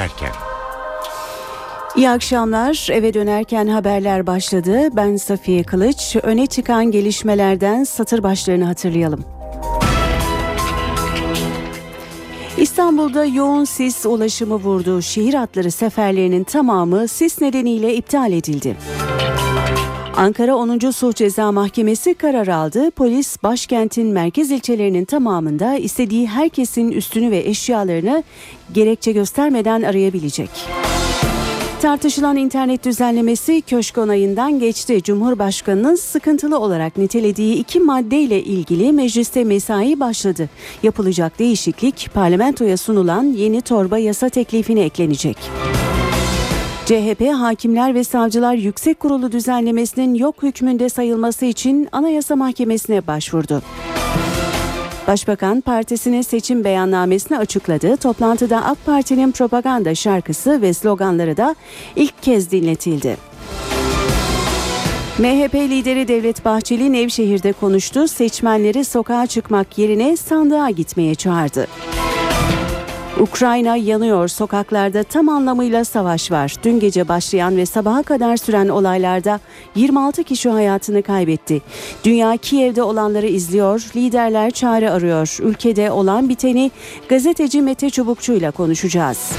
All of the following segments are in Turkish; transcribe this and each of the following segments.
dönerken. İyi akşamlar. Eve dönerken haberler başladı. Ben Safiye Kılıç. Öne çıkan gelişmelerden satır başlarını hatırlayalım. İstanbul'da yoğun sis ulaşımı vurdu. Şehir hatları seferlerinin tamamı sis nedeniyle iptal edildi. Ankara 10. Sulh Ceza Mahkemesi karar aldı. Polis başkentin merkez ilçelerinin tamamında istediği herkesin üstünü ve eşyalarını gerekçe göstermeden arayabilecek. Tartışılan internet düzenlemesi köşk onayından geçti. Cumhurbaşkanı'nın sıkıntılı olarak nitelediği 2 maddeyle ilgili mecliste mesai başladı. Yapılacak değişiklik parlamentoya sunulan yeni torba yasa teklifine eklenecek. CHP Hakimler ve Savcılar Yüksek Kurulu düzenlemesinin yok hükmünde sayılması için Anayasa Mahkemesi'ne başvurdu. Başbakan partisinin seçim beyannamesini açıkladı. Toplantıda AK Parti'nin propaganda şarkısı ve sloganları da ilk kez dinletildi. MHP lideri Devlet Bahçeli Nevşehir'de konuştu. Seçmenleri sokağa çıkmak yerine sandığa gitmeye çağırdı. Ukrayna yanıyor, sokaklarda tam anlamıyla savaş var. Dün gece başlayan ve sabaha kadar süren olaylarda 26 kişi hayatını kaybetti. Dünya Kiev'de olanları izliyor, liderler çare arıyor. Ülkede olan biteni gazeteci Mete Çubukçu ile konuşacağız.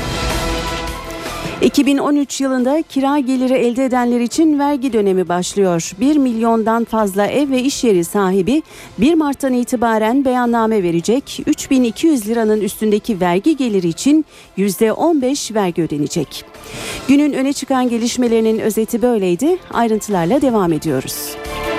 2013 yılında kira geliri elde edenler için vergi dönemi başlıyor. 1 milyondan fazla ev ve iş yeri sahibi 1 Mart'tan itibaren beyanname verecek. 3.200 liranın üstündeki vergi geliri için %15 vergi ödenecek. Günün öne çıkan gelişmelerinin özeti böyleydi. Ayrıntılarla devam ediyoruz.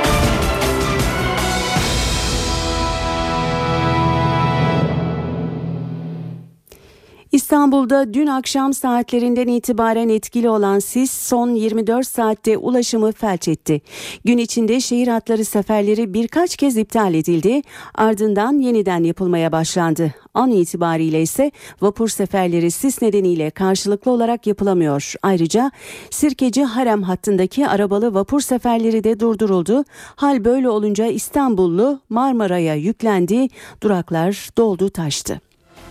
İstanbul'da dün akşam saatlerinden itibaren etkili olan sis son 24 saatte ulaşımı felç etti. Gün içinde şehir hatları seferleri birkaç kez iptal edildi. Ardından yeniden yapılmaya başlandı. An itibariyle ise vapur seferleri sis nedeniyle karşılıklı olarak yapılamıyor. Ayrıca Sirkeci Harem hattındaki arabalı vapur seferleri de durduruldu. Hal böyle olunca İstanbullu Marmara'ya yüklendi. Duraklar doldu taştı.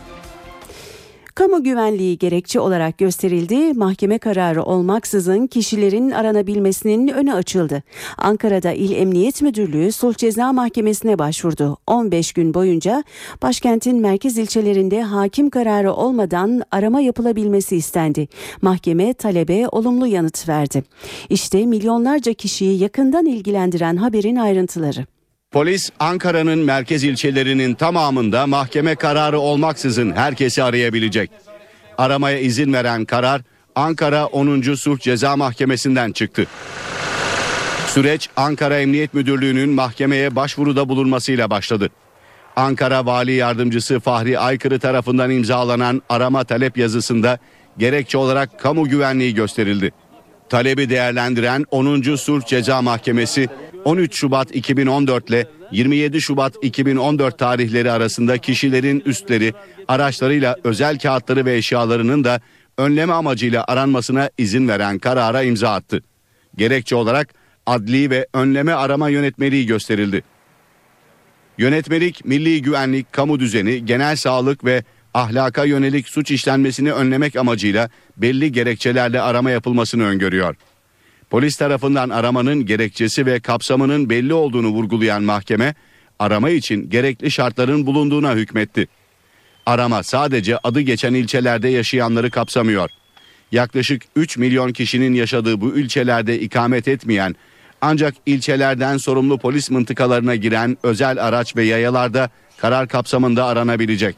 Kamu güvenliği gerekçe olarak gösterildi. Mahkeme kararı olmaksızın kişilerin aranabilmesinin önü açıldı. Ankara'da İl Emniyet Müdürlüğü Sulh Ceza Mahkemesi'ne başvurdu. 15 gün boyunca başkentin merkez ilçelerinde hakim kararı olmadan arama yapılabilmesi istendi. Mahkeme talebe olumlu yanıt verdi. İşte milyonlarca kişiyi yakından ilgilendiren haberin ayrıntıları. Polis Ankara'nın merkez ilçelerinin tamamında mahkeme kararı olmaksızın herkesi arayabilecek. Aramaya izin veren karar Ankara 10. Sulh Ceza Mahkemesi'nden çıktı. Süreç Ankara Emniyet Müdürlüğü'nün mahkemeye başvuruda bulunmasıyla başladı. Ankara Vali Yardımcısı Fahri Aykırı tarafından imzalanan arama talep yazısında gerekçe olarak kamu güvenliği gösterildi. Talebi değerlendiren 10. Sulh Ceza Mahkemesi 13 Şubat 2014 ile 27 Şubat 2014 tarihleri arasında kişilerin üstleri, araçlarıyla özel kağıtları ve eşyalarının da önleme amacıyla aranmasına izin veren karara imza attı. Gerekçe olarak adli ve önleme arama yönetmeliği gösterildi. Yönetmelik, milli güvenlik, kamu düzeni, genel sağlık ve ahlaka yönelik suç işlenmesini önlemek amacıyla belli gerekçelerle arama yapılmasını öngörüyor. Polis tarafından aramanın gerekçesi ve kapsamının belli olduğunu vurgulayan mahkeme, arama için gerekli şartların bulunduğuna hükmetti. Arama sadece adı geçen ilçelerde yaşayanları kapsamıyor. Yaklaşık 3 milyon kişinin yaşadığı bu ilçelerde ikamet etmeyen, ancak ilçelerden sorumlu polis mıntıkalarına giren özel araç ve yayalarda karar kapsamında aranabilecek.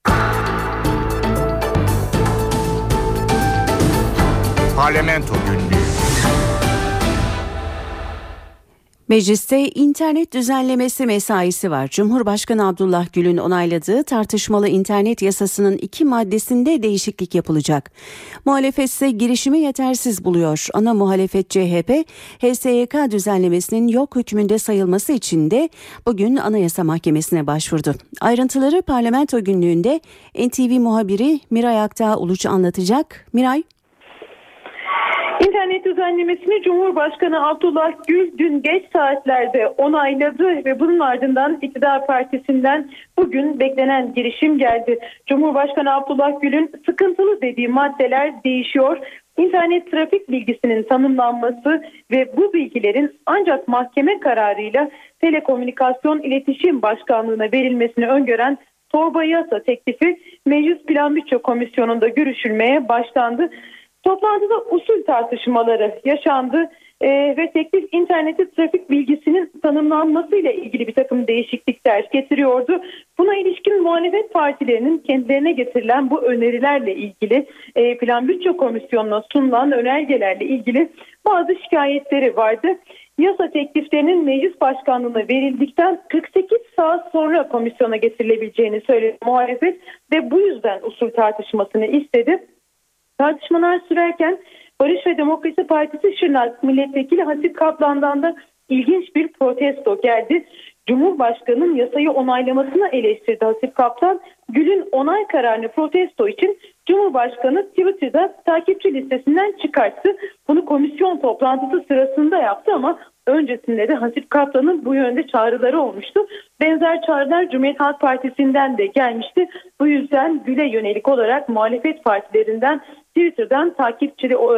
Parlamento günlüğü. Mecliste internet düzenlemesi mesaisi var. Cumhurbaşkanı Abdullah Gül'ün onayladığı tartışmalı internet yasasının 2 maddesinde değişiklik yapılacak. Muhalefet ise girişimi yetersiz buluyor. Ana muhalefet CHP, HSYK düzenlemesinin yok hükmünde sayılması için de bugün Anayasa Mahkemesi'ne başvurdu. Ayrıntıları Parlamento günlüğünde NTV muhabiri Miray Aktağ Uluç anlatacak. Miray. İnternet düzenlemesini Cumhurbaşkanı Abdullah Gül dün geç saatlerde onayladı ve bunun ardından iktidar partisinden bugün beklenen girişim geldi. Cumhurbaşkanı Abdullah Gül'ün sıkıntılı dediği maddeler değişiyor. İnternet trafik bilgisinin tanımlanması ve bu bilgilerin ancak mahkeme kararıyla Telekomünikasyon İletişim Başkanlığı'na verilmesini öngören torba yasa teklifi Meclis Plan Bütçe Komisyonu'nda görüşülmeye başlandı. Toplantıda usul tartışmaları yaşandı ve teklif internette trafik bilgisinin tanımlanmasıyla ilgili bir takım değişiklikler getiriyordu. Buna ilişkin muhalefet partilerinin kendilerine getirilen bu önerilerle ilgili Plan Bütçe Komisyonu'na sunulan önergelerle ilgili bazı şikayetleri vardı. Yasa tekliflerinin meclis başkanlığına verildikten 48 saat sonra komisyona getirilebileceğini söyledi muhalefet ve bu yüzden usul tartışmasını istedi. Tartışmalar sürerken Barış ve Demokrasi Partisi Şırnak Milletvekili Hasip Kaplan'dan da ilginç bir protesto geldi. Cumhurbaşkanı'nın yasayı onaylamasını eleştirdi Hasip Kaplan. Gül'ün onay kararını protesto için Cumhurbaşkanı Twitter'da takipçi listesinden çıkarttı. Bunu komisyon toplantısı sırasında yaptı ama öncesinde de Hasip Kaplan'ın bu yönde çağrıları olmuştu. Benzer çağrılar Cumhuriyet Halk Partisi'nden de gelmişti. Bu yüzden Gül'e yönelik olarak muhalefet partilerinden Twitter'dan takip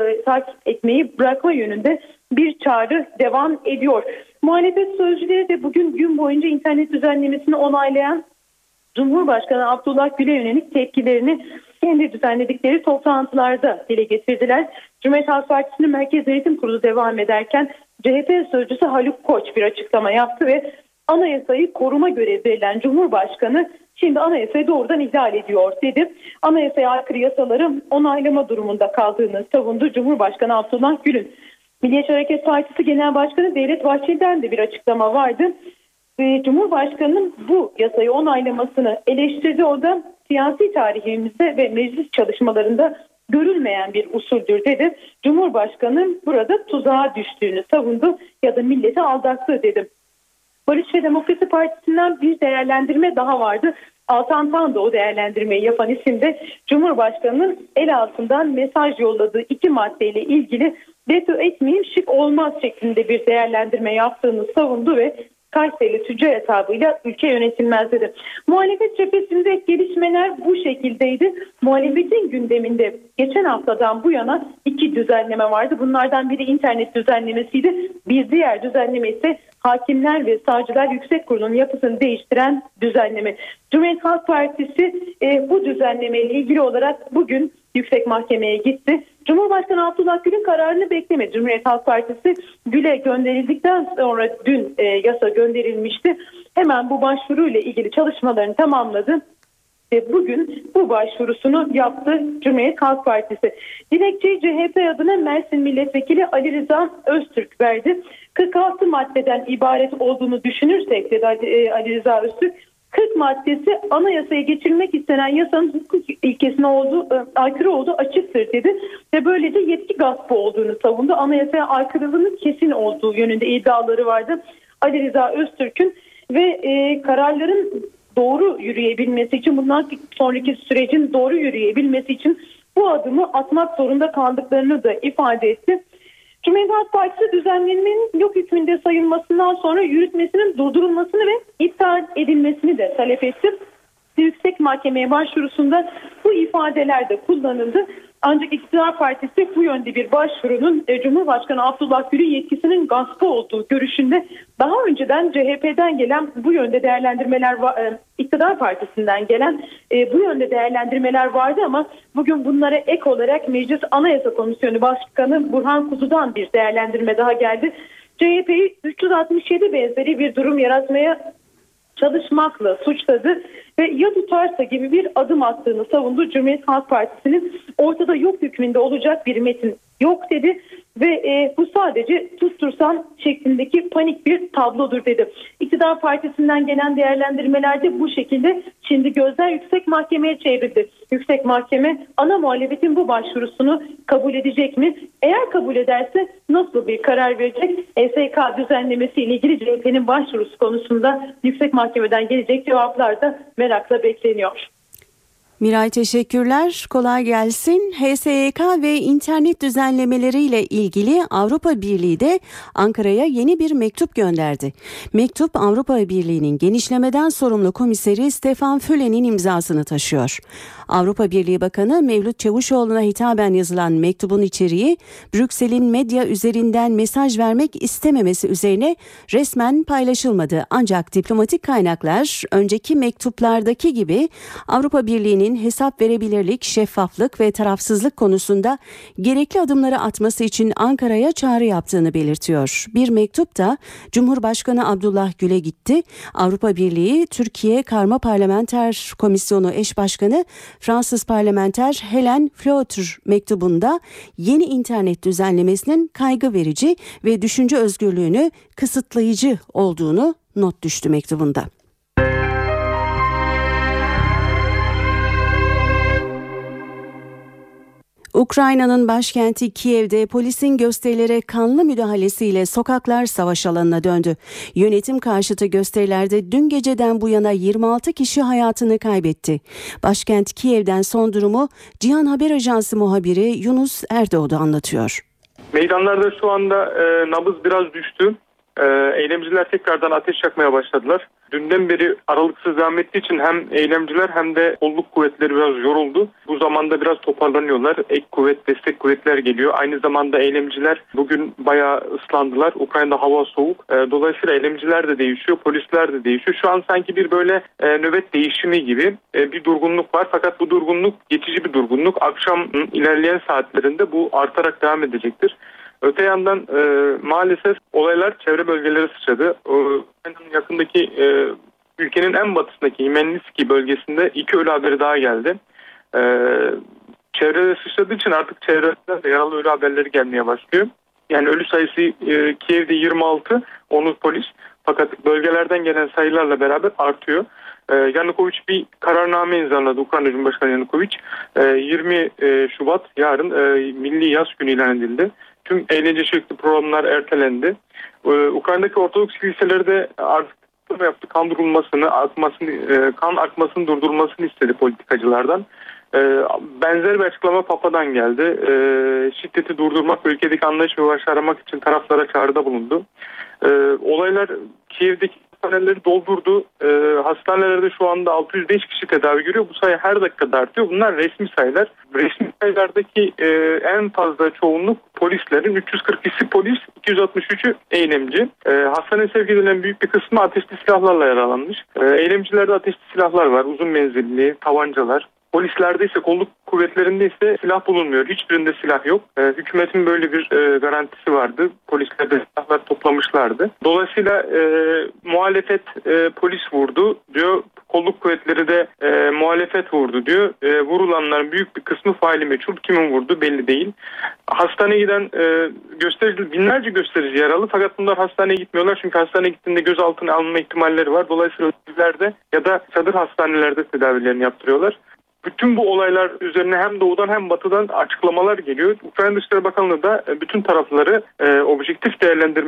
etmeyi bırakma yönünde bir çağrı devam ediyor. Muhalefet sözcüleri de bugün gün boyunca internet düzenlemesini onaylayan Cumhurbaşkanı Abdullah Gül'e yönelik tepkilerini kendi düzenledikleri toplantılarda dile getirdiler. Cumhuriyet Halk Partisi'nin Merkez Yönetim Kurulu devam ederken CHP sözcüsü Haluk Koç bir açıklama yaptı ve anayasayı koruma görevi verilen Cumhurbaşkanı şimdi anayasayı doğrudan ihlal ediyor dedi. Anayasaya aykırı yasaları onaylama durumunda kaldığını savundu Cumhurbaşkanı Abdullah Gül'ün. Milliyetçi Hareket Partisi Genel Başkanı Devlet Bahçeli'den de bir açıklama vardı. Cumhurbaşkanı'nın bu yasayı onaylamasını eleştirdi. O da siyasi tarihimizde ve meclis çalışmalarında görülmeyen bir usuldür dedi. Cumhurbaşkanı burada tuzağa düştüğünü savundu ya da milleti aldattı dedi. Barış ve Demokrasi Partisi'nden bir değerlendirme daha vardı. Altan Tan da o değerlendirmeyi yapan isimde Cumhurbaşkanı'nın el altından mesaj yolladığı 2 maddeyle ilgili veto etmeyeyim şık olmaz şeklinde bir değerlendirme yaptığını savundu ve Kayseri tüccar hesabıyla ülke yönetilmez dedi. Muhalefet cephesinde gelişmeler bu şekildeydi. Muhalefetin gündeminde geçen haftadan bu yana 2 düzenleme vardı. Bunlardan biri internet düzenlemesiydi. Bir diğer düzenleme ise Hakimler ve Savcılar Yüksek Kurulu'nun yapısını değiştiren düzenleme. Cumhuriyet Halk Partisi bu düzenlemeyle ilgili olarak bugün Yüksek Mahkeme'ye gitti. Cumhurbaşkanı Abdullah Gül'ün kararını beklemedi. Cumhuriyet Halk Partisi Gül'e gönderildikten sonra dün yasa gönderilmişti. Hemen bu başvuruyla ilgili çalışmalarını tamamladı. Bugün bu başvurusunu yaptı Cumhuriyet Halk Partisi. Dilekçeyi CHP adına Mersin Milletvekili Ali Rıza Öztürk verdi. 46 maddeden ibaret olduğunu düşünürsek dedi Ali Rıza Öztürk, 40 maddesi anayasaya geçirmek istenen yasanın hukuk ilkesine aykırı olduğu açıktır dedi. Ve böylece yetki gaspı olduğunu savundu. Anayasaya aykırılığının kesin olduğu yönünde iddiaları vardı Ali Rıza Öztürk'ün ve kararların doğru yürüyebilmesi için, bundan sonraki sürecin doğru yürüyebilmesi için bu adımı atmak zorunda kaldıklarını da ifade etti. Cumhuriyet Halk Partisi düzenlemenin yok hükmünde sayılmasından sonra yürütmesinin durdurulmasını ve iptal edilmesini de talep etti. Yüksek Mahkemeye başvurusunda bu ifadeler de kullanıldı. Ancak İktidar Partisi bu yönde bir başvurunun Cumhurbaşkanı Abdullah Gül'ün yetkisinin gaspı olduğu görüşünde. Daha önceden CHP'den gelen bu yönde değerlendirmeler, İktidar Partisi'nden gelen bu yönde değerlendirmeler vardı ama bugün bunlara ek olarak Meclis Anayasa Komisyonu Başkanı Burhan Kuzu'dan bir değerlendirme daha geldi. CHP'yi 367 benzeri bir durum yaratmaya çalışmakla suçladı ve ya tutarsa gibi bir adım attığını savundu. Cumhuriyet Halk Partisi'nin ortada yok hükmünde olacak bir metin yok dedi ve bu sadece tustursam şeklindeki panik bir tablodur dedi. İktidar Partisi'nden gelen değerlendirmelerde bu şekilde. Şimdi gözler Yüksek Mahkeme'ye çevrildi. Yüksek Mahkeme ana muhalefetin bu başvurusunu kabul edecek mi? Eğer kabul ederse nasıl bir karar verecek? SYK düzenlemesi ile ilgili CHP'nin başvurusu konusunda Yüksek Mahkeme'den gelecek cevaplar da merakla bekleniyor. Miray teşekkürler. Kolay gelsin. HSYK ve internet düzenlemeleriyle ilgili Avrupa Birliği de Ankara'ya yeni bir mektup gönderdi. Mektup Avrupa Birliği'nin genişlemeden sorumlu komiseri Stefan Fülle'nin imzasını taşıyor. Avrupa Birliği Bakanı Mevlüt Çavuşoğlu'na hitaben yazılan mektubun içeriği Brüksel'in medya üzerinden mesaj vermek istememesi üzerine resmen paylaşılmadı. Ancak diplomatik kaynaklar önceki mektuplardaki gibi Avrupa Birliği'nin hesap verebilirlik, şeffaflık ve tarafsızlık konusunda gerekli adımları atması için Ankara'ya çağrı yaptığını belirtiyor. Bir mektup da Cumhurbaşkanı Abdullah Gül'e gitti. Avrupa Birliği Türkiye Karma Parlamenter Komisyonu Eş Başkanı Fransız parlamenter Helen Flautre mektubunda yeni internet düzenlemesinin kaygı verici ve düşünce özgürlüğünü kısıtlayıcı olduğunu not düştü mektubunda. Ukrayna'nın başkenti Kiev'de polisin gösterilere kanlı müdahalesiyle sokaklar savaş alanına döndü. Yönetim karşıtı gösterilerde dün geceden bu yana 26 kişi hayatını kaybetti. Başkent Kiev'den son durumu Cihan Haber Ajansı muhabiri Yunus Erdoğdu anlatıyor. Meydanlarda şu anda nabız biraz düştü. Eylemciler tekrardan ateş yakmaya başladılar. Dünden beri aralıksız devam ettiği için hem eylemciler hem de kolluk kuvvetleri biraz yoruldu. Bu zamanda biraz toparlanıyorlar. Ek kuvvet, destek kuvvetler geliyor. Aynı zamanda eylemciler bugün bayağı ıslandılar. Ukrayna'da hava soğuk. Dolayısıyla eylemciler de değişiyor, polisler de değişiyor. Şu an sanki bir böyle nöbet değişimi gibi bir durgunluk var. Fakat bu durgunluk geçici bir durgunluk. Akşam ilerleyen saatlerinde bu artarak devam edecektir. Öte yandan maalesef olaylar çevre bölgelere sıçradı. Yakındaki ülkenin en batısındaki Hmelnytski bölgesinde 2 ölü haberi daha geldi. Çevrede sıçradığı için artık çevrede de yaralı ölü haberleri gelmeye başlıyor. Yani ölü sayısı Kiev'de 26, onu polis. Fakat bölgelerden gelen sayılarla beraber artıyor. Yanukovic bir kararname imzaladı. Ukrayna Cumhurbaşkanı Yanukovic. 20 Şubat yarın Milli Yaz Günü ilan edildi. Tüm eğlence şekli programlar ertelendi. Ukrayna'daki Ortodoks kiliseleri de artık yaptı. Kan akmasını durdurulmasını istedi politikacılardan. Benzer bir açıklama Papa'dan geldi. Şiddeti durdurmak ve ülkedeki anlayış ve barışı aramak için taraflara çağrıda bulundu. Olaylar Kiev'deki hastaneleri doldurdu. Hastanelerde şu anda 605 kişi tedavi görüyor. Bu sayı her dakikada artıyor. Bunlar resmi sayılar. Resmi sayılardaki en fazla çoğunluk polislerin 342'si polis, 263'ü eylemci. Hastaneye sevk edilen büyük bir kısmı ateşli silahlarla yaralanmış. Eylemcilerde ateşli silahlar var. Uzun menzilli, tabancalar. Polislerde ise, kolluk kuvvetlerinde ise silah bulunmuyor. Hiçbirinde silah yok. Hükümetin böyle bir garantisi vardı. Polisler de silahlar toplamışlardı. Dolayısıyla muhalefet polis vurdu diyor. Kolluk kuvvetleri de muhalefet vurdu diyor. Vurulanların büyük bir kısmı faili meçhul. Kimin vurdu belli değil. Hastaneye giden binlerce gösterici yaralı. Fakat bunlar hastaneye gitmiyorlar. Çünkü hastaneye gittiğinde gözaltına alınma ihtimalleri var. Dolayısıyla evlerde ya da çadır hastanelerde tedavilerini yaptırıyorlar. Bütün bu olaylar üzerine hem doğudan hem batıdan açıklamalar geliyor. Ukrayna Dışişleri Bakanlığı da bütün tarafları objektif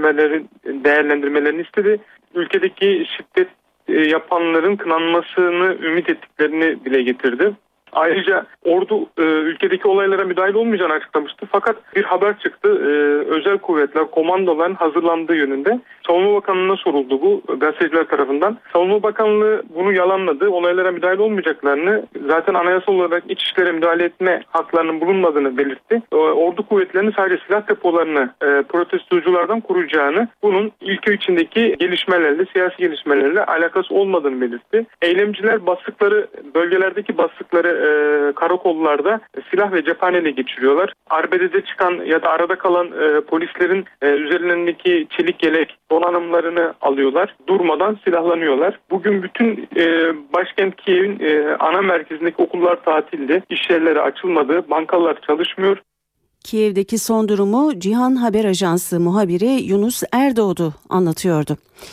değerlendirmelerini istedi. Ülkedeki şiddet yapanların kınanmasını ümit ettiklerini dile getirdi. Ayrıca ordu ülkedeki olaylara müdahil olmayacağını açıklamıştı. Fakat bir haber çıktı. Özel kuvvetler, komandoların hazırlandığı yönünde. Savunma Bakanlığı'na soruldu bu gazeteciler tarafından. Savunma Bakanlığı bunu yalanladı. Olaylara müdahil olmayacaklarını, zaten anayasal olarak iç işlere müdahale etme haklarının bulunmadığını belirtti. Ordu kuvvetlerinin sadece silah depolarını protestoculardan koruyacağını, bunun ülke içindeki gelişmelerle, siyasi gelişmelerle alakası olmadığını belirtti. Eylemciler bölgelerdeki bastıkları karakollarda silah ve cephaneyle geçiriyorlar. Arbedede çıkan ya da arada kalan polislerin üzerlerindeki çelik yelek donanımlarını alıyorlar. Durmadan silahlanıyorlar. Bugün bütün başkent Kiev'in ana merkezindeki okullar tatilde, iş yerleri açılmadı, bankalar çalışmıyor. Kiev'deki son durumu Cihan Haber Ajansı muhabiri Yunus Erdoğdu anlatıyordu.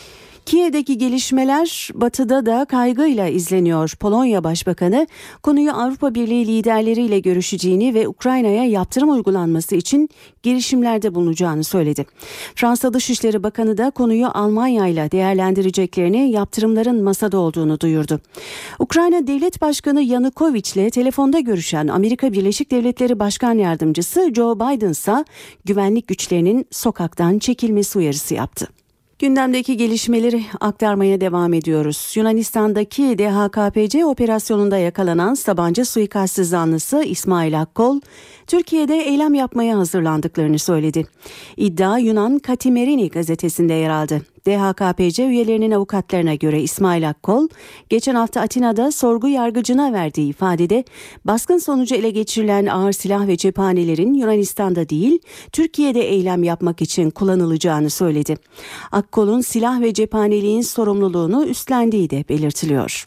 Kiev'deki gelişmeler Batı'da da kaygıyla izleniyor. Polonya Başbakanı konuyu Avrupa Birliği liderleriyle görüşeceğini ve Ukrayna'ya yaptırım uygulanması için girişimlerde bulunacağını söyledi. Fransa Dışişleri Bakanı da konuyu Almanya'yla değerlendireceklerini, yaptırımların masada olduğunu duyurdu. Ukrayna Devlet Başkanı Yanukovych'le telefonda görüşen Amerika Birleşik Devletleri Başkan Yardımcısı Joe Biden ise güvenlik güçlerinin sokaktan çekilmesi uyarısı yaptı. Gündemdeki gelişmeleri aktarmaya devam ediyoruz. Yunanistan'daki DHKPC operasyonunda yakalanan Sabancı suikastı zanlısı İsmail Akkol, Türkiye'de eylem yapmaya hazırlandıklarını söyledi. İddia Yunan Katimerini gazetesinde yer aldı. DHKPC üyelerinin avukatlarına göre İsmail Akkol, geçen hafta Atina'da sorgu yargıcına verdiği ifadede baskın sonucu ele geçirilen ağır silah ve cephanelerin Yunanistan'da değil, Türkiye'de eylem yapmak için kullanılacağını söyledi. Akkol'un silah ve cephaneliğin sorumluluğunu üstlendiği de belirtiliyor.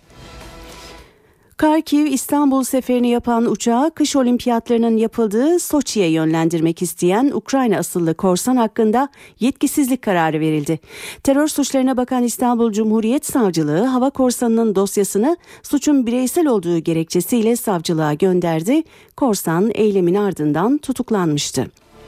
Karkiv-İstanbul seferini yapan uçağı kış olimpiyatlarının yapıldığı Soçi'ye yönlendirmek isteyen Ukrayna asıllı korsan hakkında yetkisizlik kararı verildi. Terör suçlarına bakan İstanbul Cumhuriyet Savcılığı hava korsanının dosyasını suçun bireysel olduğu gerekçesiyle savcılığa gönderdi. Korsan eylemin ardından tutuklanmıştı.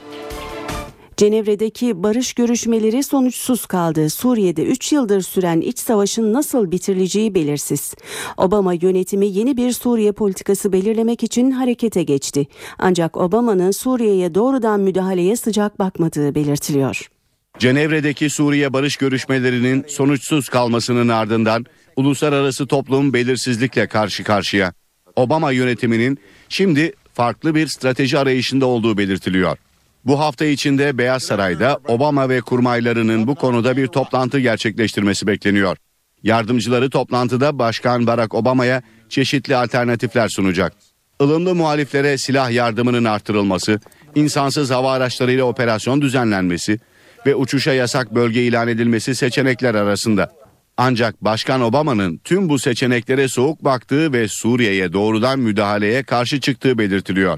Cenevre'deki barış görüşmeleri sonuçsuz kaldı. Suriye'de 3 yıldır süren iç savaşın nasıl bitirileceği belirsiz. Obama yönetimi yeni bir Suriye politikası belirlemek için harekete geçti. Ancak Obama'nın Suriye'ye doğrudan müdahaleye sıcak bakmadığı belirtiliyor. Cenevre'deki Suriye barış görüşmelerinin sonuçsuz kalmasının ardından uluslararası toplum belirsizlikle karşı karşıya. Obama yönetiminin şimdi farklı bir strateji arayışında olduğu belirtiliyor. Bu hafta içinde Beyaz Saray'da Obama ve kurmaylarının bu konuda bir toplantı gerçekleştirmesi bekleniyor. Yardımcıları toplantıda Başkan Barack Obama'ya çeşitli alternatifler sunacak. Ilımlı muhaliflere silah yardımının artırılması, insansız hava araçlarıyla operasyon düzenlenmesi ve uçuşa yasak bölge ilan edilmesi seçenekler arasında. Ancak Başkan Obama'nın tüm bu seçeneklere soğuk baktığı ve Suriye'ye doğrudan müdahaleye karşı çıktığı belirtiliyor.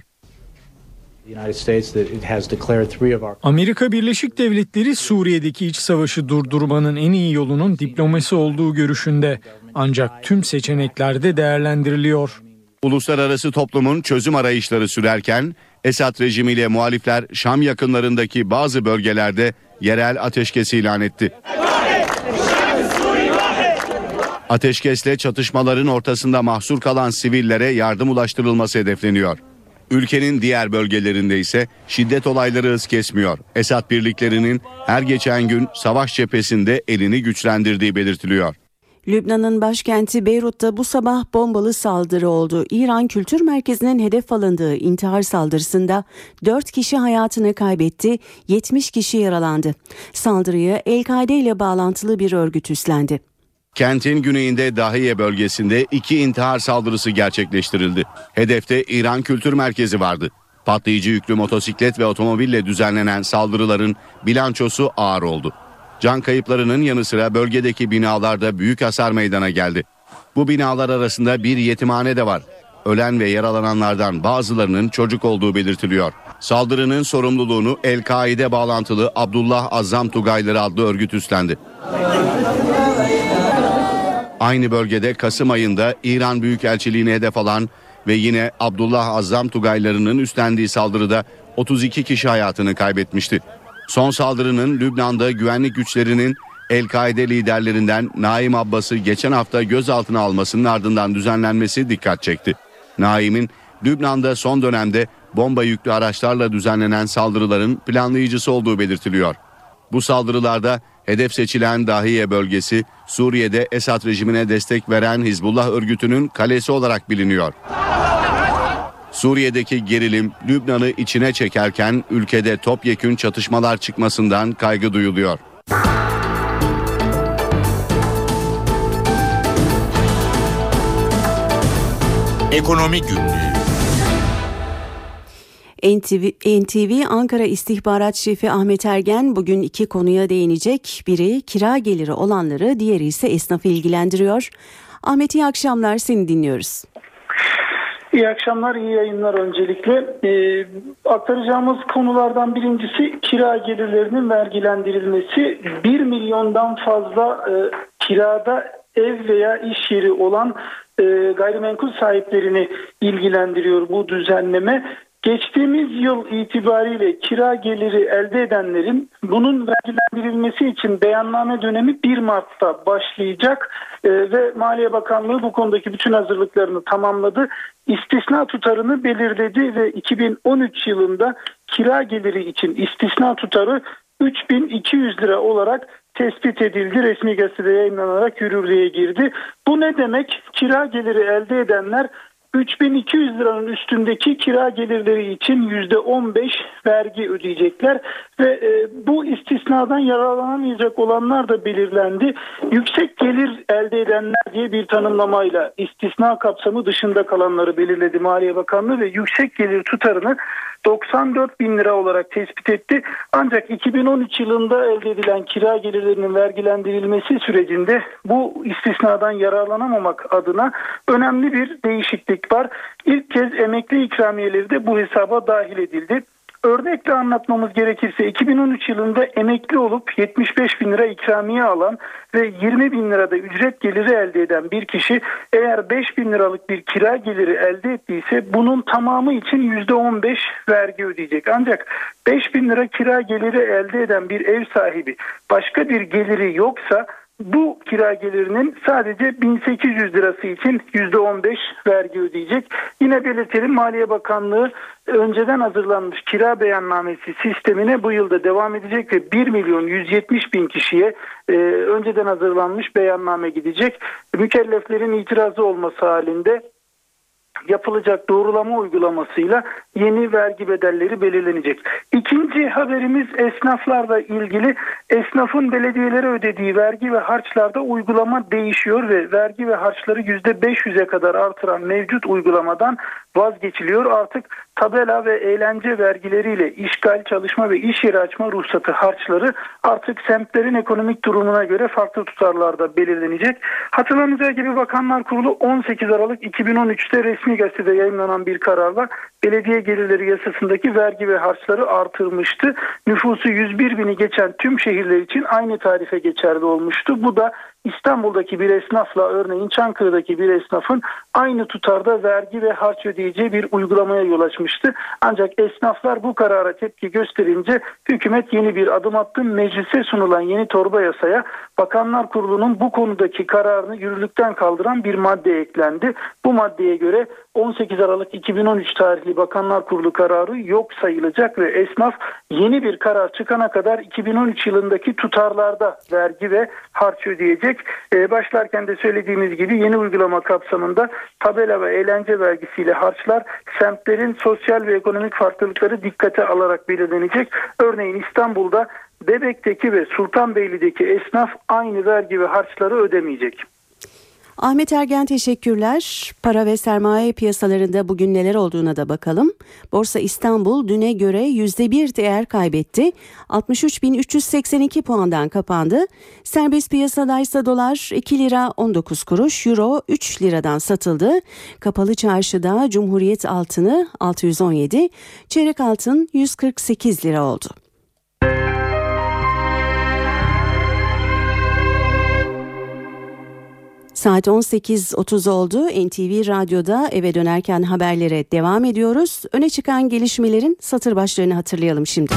Amerika Birleşik Devletleri Suriye'deki iç savaşı durdurmanın en iyi yolunun diplomasi olduğu görüşünde. Ancak tüm seçenekler de değerlendiriliyor. Uluslararası toplumun çözüm arayışları sürerken Esad rejimiyle muhalifler Şam yakınlarındaki bazı bölgelerde yerel ateşkes ilan etti. Ateşkesle çatışmaların ortasında mahsur kalan sivillere yardım ulaştırılması hedefleniyor. Ülkenin diğer bölgelerinde ise şiddet olayları hız kesmiyor. Esad birliklerinin her geçen gün savaş cephesinde elini güçlendirdiği belirtiliyor. Lübnan'ın başkenti Beyrut'ta bu sabah bombalı saldırı oldu. İran Kültür Merkezi'nin hedef alındığı intihar saldırısında 4 kişi hayatını kaybetti, 70 kişi yaralandı. Saldırıyı El-Kaide ile bağlantılı bir örgüt üstlendi. Kentin güneyinde Dahiye bölgesinde 2 intihar saldırısı gerçekleştirildi. Hedefte İran Kültür Merkezi vardı. Patlayıcı yüklü motosiklet ve otomobille düzenlenen saldırıların bilançosu ağır oldu. Can kayıplarının yanı sıra bölgedeki binalarda büyük hasar meydana geldi. Bu binalar arasında bir yetimhane de var. Ölen ve yaralananlardan bazılarının çocuk olduğu belirtiliyor. Saldırının sorumluluğunu El-Kaide bağlantılı Abdullah Azzam Tugayları adlı örgüt üstlendi. Aynı bölgede Kasım ayında İran Büyükelçiliğine hedef alan ve yine Abdullah Azzam Tugaylarının üstlendiği saldırıda 32 kişi hayatını kaybetmişti. Son saldırının Lübnan'da güvenlik güçlerinin El-Kaide liderlerinden Naim Abbas'ı geçen hafta gözaltına almasının ardından düzenlenmesi dikkat çekti. Naim'in Lübnan'da son dönemde bomba yüklü araçlarla düzenlenen saldırıların planlayıcısı olduğu belirtiliyor. Bu saldırılarda hedef seçilen Dahiye bölgesi Suriye'de Esad rejimine destek veren Hizbullah örgütünün kalesi olarak biliniyor. Suriye'deki gerilim Lübnan'ı içine çekerken ülkede topyekün çatışmalar çıkmasından kaygı duyuluyor. Ekonomi Günlüğü. NTV Ankara İstihbarat Şefi Ahmet Ergen bugün 2 konuya değinecek. Biri kira geliri olanları, diğeri ise esnafı ilgilendiriyor. Ahmet, iyi akşamlar, seni dinliyoruz. İyi akşamlar, iyi yayınlar öncelikle. Aktaracağımız konulardan birincisi kira gelirlerinin vergilendirilmesi. 1 milyondan fazla kirada ev veya iş yeri olan gayrimenkul sahiplerini ilgilendiriyor bu düzenleme. Geçtiğimiz yıl itibariyle kira geliri elde edenlerin bunun vergilendirilmesi için beyanname dönemi 1 Mart'ta başlayacak ve Maliye Bakanlığı bu konudaki bütün hazırlıklarını tamamladı. İstisna tutarını belirledi ve 2013 yılında kira geliri için istisna tutarı 3.200 lira olarak tespit edildi. Resmi gazetede yayınlanarak yürürlüğe girdi. Bu ne demek? Kira geliri elde edenler 3.200 liranın üstündeki kira gelirleri için %15 vergi ödeyecekler ve bu istisnadan yararlanamayacak olanlar da belirlendi. Yüksek gelir elde edenler diye bir tanımlamayla istisna kapsamı dışında kalanları belirledi Maliye Bakanlığı ve yüksek gelir tutarını 94 bin lira olarak tespit etti. Ancak 2013 yılında elde edilen kira gelirlerinin vergilendirilmesi sürecinde bu istisnadan yararlanamamak adına önemli bir değişiklik var. İlk kez emekli ikramiyeleri de bu hesaba dahil edildi. Örnekle anlatmamız gerekirse 2013 yılında emekli olup 75 bin lira ikramiye alan ve 20 bin lirada ücret geliri elde eden bir kişi eğer 5 bin liralık bir kira geliri elde ettiyse bunun tamamı için %15 vergi ödeyecek. Ancak 5 bin lira kira geliri elde eden bir ev sahibi başka bir geliri yoksa bu kira gelirinin sadece 1800 lirası için %15 vergi ödeyecek. Yine belirtelim, Maliye Bakanlığı önceden hazırlanmış kira beyannamesi sistemine bu yılda devam edecek ve 1.170.000 kişiye önceden hazırlanmış beyanname gidecek. Mükelleflerin itirazı olması halinde yapılacak doğrulama uygulamasıyla yeni vergi bedelleri belirlenecek. İkinci haberimiz esnaflarla ilgili. Esnafın belediyelere ödediği vergi ve harçlarda uygulama değişiyor ve vergi ve harçları %500'e kadar artıran mevcut uygulamadan vazgeçiliyor. Artık tabela ve eğlence vergileriyle işgal, çalışma ve iş yeri açma ruhsatı harçları artık semtlerin ekonomik durumuna göre farklı tutarlarda belirlenecek. Hatırlanacağı gibi Bakanlar Kurulu 18 Aralık 2013'te resmi gazetede yayınlanan bir kararla belediye gelirleri yasasındaki vergi ve harçları artırmıştı. Nüfusu 101 bini geçen tüm şehirler için aynı tarife geçerli olmuştu. Bu da İstanbul'daki bir esnafla örneğin Çankırı'daki bir esnafın aynı tutarda vergi ve harç ödeyeceği bir uygulamaya yol açmıştı. Ancak esnaflar bu karara tepki gösterince hükümet yeni bir adım attı. Meclise sunulan yeni torba yasaya Bakanlar Kurulu'nun bu konudaki kararını yürürlükten kaldıran bir madde eklendi. Bu maddeye göre 18 Aralık 2013 tarihli Bakanlar Kurulu kararı yok sayılacak ve esnaf yeni bir karar çıkana kadar 2013 yılındaki tutarlarda vergi ve harç ödeyecek. Başlarken de söylediğimiz gibi yeni uygulama kapsamında tabela ve eğlence vergisiyle harçlar semtlerin sosyal ve ekonomik farklılıkları dikkate alarak belirlenecek. Örneğin İstanbul'da Bebek'teki ve Sultanbeyli'deki esnaf aynı vergi ve harçları ödemeyecek. Ahmet Ergen teşekkürler. Para ve sermaye piyasalarında bugün neler olduğuna da bakalım. Borsa İstanbul düne göre %1 değer kaybetti. 63.382 puandan kapandı. Serbest piyasada ise dolar 2 lira 19 kuruş, euro 3 liradan satıldı. Kapalı çarşıda Cumhuriyet altını 617, çeyrek altın 148 lira oldu. Saat 18.30 oldu. NTV Radyo'da eve dönerken haberlere devam ediyoruz. Öne çıkan gelişmelerin satır başlarını hatırlayalım şimdi.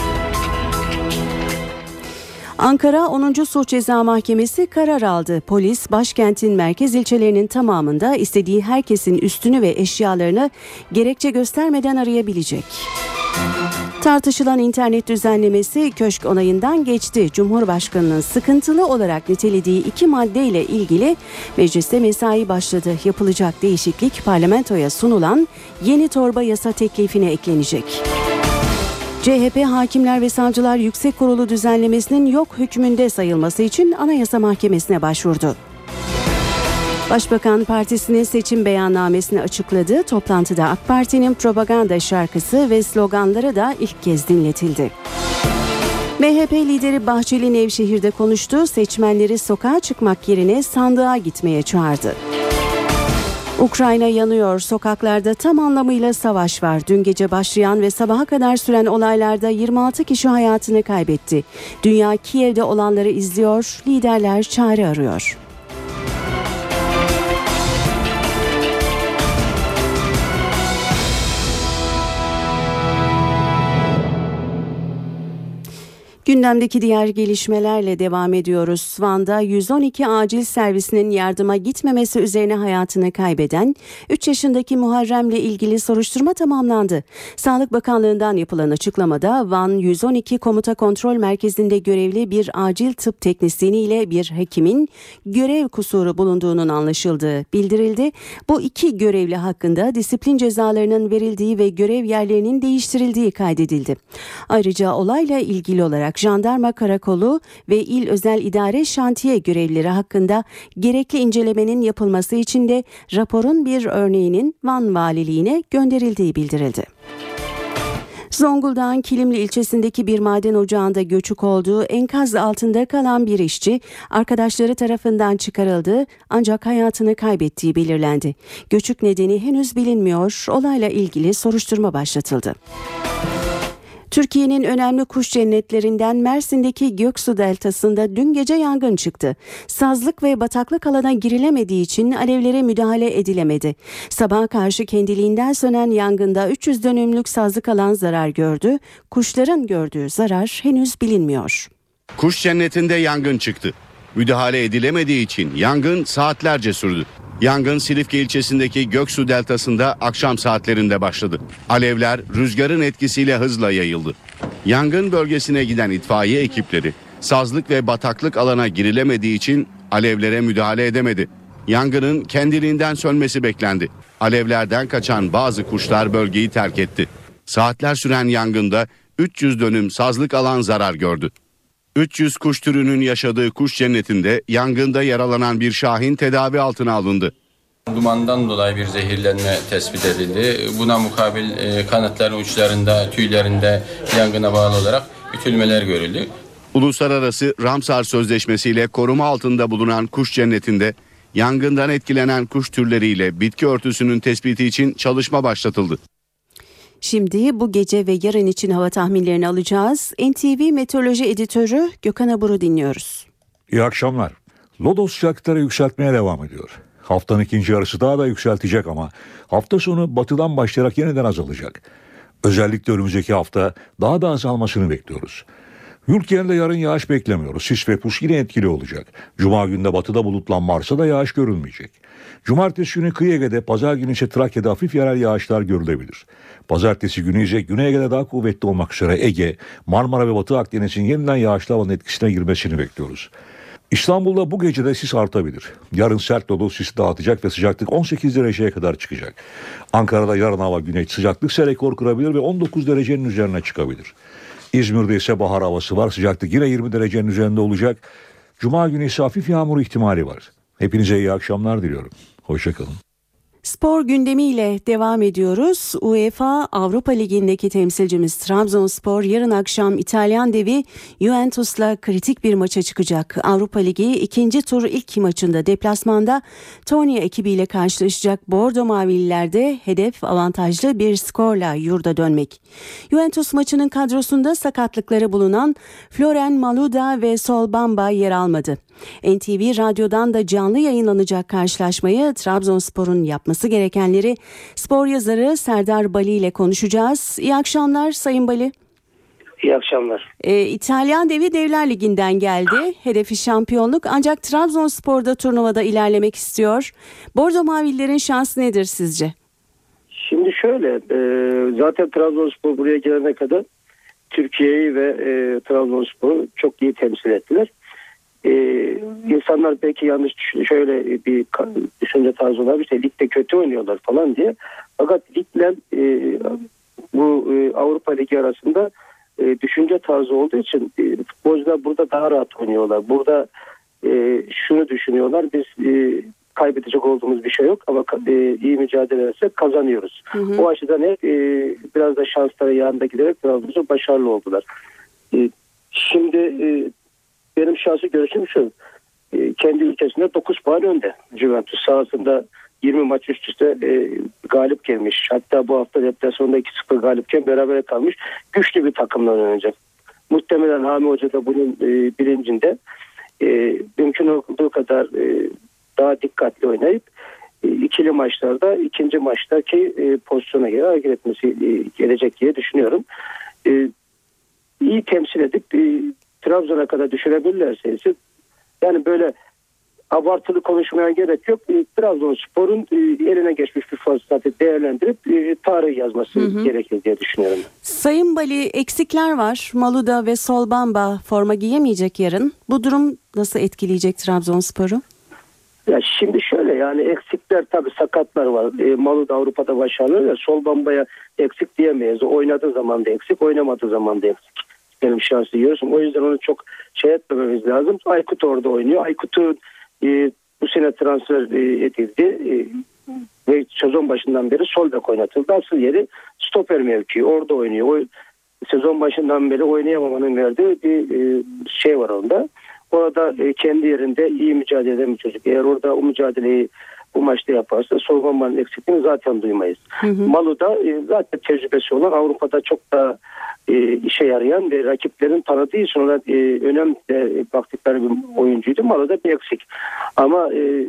Ankara 10. Sulh Ceza Mahkemesi karar aldı. Polis başkentin merkez ilçelerinin tamamında istediği herkesin üstünü ve eşyalarını gerekçe göstermeden arayabilecek. Tartışılan internet düzenlemesi köşk onayından geçti. Cumhurbaşkanının sıkıntılı olarak nitelediği 2 maddeyle ilgili mecliste mesai başladı. Yapılacak değişiklik parlamentoya sunulan yeni torba yasa teklifine eklenecek. CHP Hakimler ve Savcılar Yüksek Kurulu düzenlemesinin yok hükmünde sayılması için Anayasa Mahkemesi'ne başvurdu. Başbakan Partisi'nin seçim beyannamesini açıkladı. Toplantıda AK Parti'nin propaganda şarkısı ve sloganları da ilk kez dinletildi. MHP lideri Bahçeli Nevşehir'de konuştu. Seçmenleri sokağa çıkmak yerine sandığa gitmeye çağırdı. Ukrayna yanıyor. Sokaklarda tam anlamıyla savaş var. Dün gece başlayan ve sabaha kadar süren olaylarda 26 kişi hayatını kaybetti. Dünya Kiev'de olanları izliyor. Liderler çare arıyor. Gündemdeki diğer gelişmelerle devam ediyoruz. Van'da 112 acil servisinin yardıma gitmemesi üzerine hayatını kaybeden 3 yaşındaki Muharrem'le ilgili soruşturma tamamlandı. Sağlık Bakanlığı'ndan yapılan açıklamada Van 112 Komuta Kontrol Merkezi'nde görevli bir acil tıp teknisyeniyle bir hekimin görev kusuru bulunduğunun anlaşıldığı bildirildi. Bu iki görevli hakkında disiplin cezalarının verildiği ve görev yerlerinin değiştirildiği kaydedildi. Ayrıca olayla ilgili olarak Jandarma Karakolu ve İl Özel İdare Şantiye görevlileri hakkında gerekli incelemenin yapılması için de raporun bir örneğinin Van Valiliğine gönderildiği bildirildi. Zonguldak'ın Kilimli ilçesindeki bir maden ocağında göçük olduğu enkaz altında kalan bir işçi arkadaşları tarafından çıkarıldı ancak hayatını kaybettiği belirlendi. Göçük nedeni henüz bilinmiyor. Olayla ilgili soruşturma başlatıldı. Türkiye'nin önemli kuş cennetlerinden Mersin'deki Göksu Deltası'nda dün gece yangın çıktı. Sazlık ve bataklık alana girilemediği için alevlere müdahale edilemedi. Sabaha karşı kendiliğinden sönen yangında 300 dönümlük sazlık alan zarar gördü. Kuşların gördüğü zarar henüz bilinmiyor. Kuş cennetinde yangın çıktı. Müdahale edilemediği için yangın saatlerce sürdü. Yangın Silifke ilçesindeki Göksu Deltası'nda akşam saatlerinde başladı. Alevler rüzgarın etkisiyle hızla yayıldı. Yangın bölgesine giden itfaiye ekipleri sazlık ve bataklık alana girilemediği için alevlere müdahale edemedi. Yangının kendiliğinden sönmesi beklendi. Alevlerden kaçan bazı kuşlar bölgeyi terk etti. Saatler süren yangında 300 dönüm sazlık alan zarar gördü. 300 kuş türünün yaşadığı kuş cennetinde yangında yaralanan bir şahin tedavi altına alındı. Dumandan dolayı bir zehirlenme tespit edildi. Buna mukabil kanatların uçlarında, tüylerinde yangına bağlı olarak ütülmeler görüldü. Uluslararası Ramsar Sözleşmesi ile koruma altında bulunan kuş cennetinde yangından etkilenen kuş türleriyle bitki örtüsünün tespiti için çalışma başlatıldı. Şimdi bu gece ve yarın için hava tahminlerini alacağız. NTV Meteoroloji Editörü Gökhan Abur'u dinliyoruz. İyi akşamlar. Lodos sıcaklıkları yükseltmeye devam ediyor. Haftanın ikinci yarısı daha da yükseltecek ama hafta sonu batıdan başlayarak yeniden azalacak. Özellikle önümüzdeki hafta daha da azalmasını bekliyoruz. Yurt genelinde yarın yağış beklemiyoruz. Sis ve pus yine etkili olacak. Cuma günde batıda bulutlanma varsa da yağış görülmeyecek. Cumartesi günü kıyı Ege'de, pazar günü ise Trakya'da hafif yerel yağışlar görülebilir. Pazartesi günü ise Güney Ege'de daha kuvvetli olmak üzere Ege, Marmara ve Batı Akdeniz'in yeniden yağışlı havanın etkisine girmesini bekliyoruz. İstanbul'da bu gece de sis artabilir. Yarın sert lodos sisi dağıtacak ve sıcaklık 18 dereceye kadar çıkacak. Ankara'da yarın hava güneş, sıcaklık ise rekor kırabilir ve 19 derecenin üzerine çıkabilir. İzmir'de ise bahar havası var. Sıcaklık yine 20 derecenin üzerinde olacak. Cuma günü ise hafif yağmur ihtimali var. Hepinize iyi akşamlar diliyorum. Hoşçakalın. Spor gündemiyle devam ediyoruz. UEFA Avrupa Ligi'ndeki temsilcimiz Trabzonspor yarın akşam İtalyan devi Juventus'la kritik bir maça çıkacak. Avrupa Ligi ikinci tur ilk maçında deplasmanda Tonya ekibiyle karşılaşacak. Bordo Mavililerde hedef avantajlı bir skorla yurda dönmek. Juventus maçının kadrosunda sakatlıkları bulunan Floren Malouda ve Sol Bamba yer almadı. NTV Radyo'dan da canlı yayınlanacak karşılaşmayı, Trabzonspor'un yapması gerekenleri spor yazarı Serdar Bali ile konuşacağız. İyi akşamlar Sayın Bali. İyi akşamlar. İtalyan devi Devler Ligi'nden geldi. Hedefi şampiyonluk, ancak Trabzonspor'da turnuvada ilerlemek istiyor. Bordo Mavililerin şansı nedir sizce? Şimdi şöyle, zaten Trabzonspor buraya gelene kadar Türkiye'yi ve Trabzonspor'u çok iyi temsil ettiler. İnsanlar belki yanlış şöyle bir düşünce tarzı olabilir, işte ligde kötü oynuyorlar falan diye. Fakat ligle bu Avrupa Ligi arasında düşünce tarzı olduğu için futbolcular burada daha rahat oynuyorlar. Burada şunu düşünüyorlar, biz kaybedecek olduğumuz bir şey yok ama iyi mücadele edersek kazanıyoruz. Hı hı. O açıdan hep biraz da şansları yanında giderek Trabzonspor başarılı oldular. Şimdi benim şahsi görüşüm şu: kendi ülkesinde 9 puan önde Juventus. Sahasında 20 maç üst üste galip gelmiş. Hatta bu hafta deplasmanda 2-0 galipken berabere kalmış. Güçlü bir takımla oynanacak. Muhtemelen Hami Hoca da bunun bilincinde. Mümkün olduğu kadar daha dikkatli oynayıp ikili maçlarda ikinci maçtaki pozisyona göre hareket etmesi gelecek diye düşünüyorum. İyi temsil edip Trabzon'a kadar düşürebilirlerse yani böyle abartılı konuşmaya gerek yok. Trabzonspor'un eline geçmiş bir fırsatı değerlendirip tarih yazması gerekir diye düşünüyorum. Sayın Bali, eksikler var. Maluda ve Solbamba forma giyemeyecek yarın. Bu durum nasıl etkileyecek Trabzonspor'u? Ya şimdi şöyle, yani eksikler, tabii sakatlar var. Maluda Avrupa'da başarılı ya, Solbamba'ya eksik diyemeyiz. Oynadığı zaman da eksik, oynamadığı zaman da eksik. Benim şahsi görüşüm. O yüzden onu çok etmememiz lazım. Aykut orada oynuyor. Aykut'u bu sene transfer edildi ve sezon başından beri sol bek oynatıldı. Asıl yeri stoper mevkii. Orada oynuyor. Sezon başından beri oynayamamanın verdiği bir şey var onda. Orada kendi yerinde iyi mücadele eden bir çocuk. Eğer orada o mücadeleyi bu maçta yaparsa Solbamba'nın eksikliğini zaten duymayız. Maluda zaten tecrübesi olan, Avrupa'da çok da işe yarayan ve rakiplerin tanıdığı için ona önemli baktıkları bir oyuncuydu. Maluda bir eksik. Ama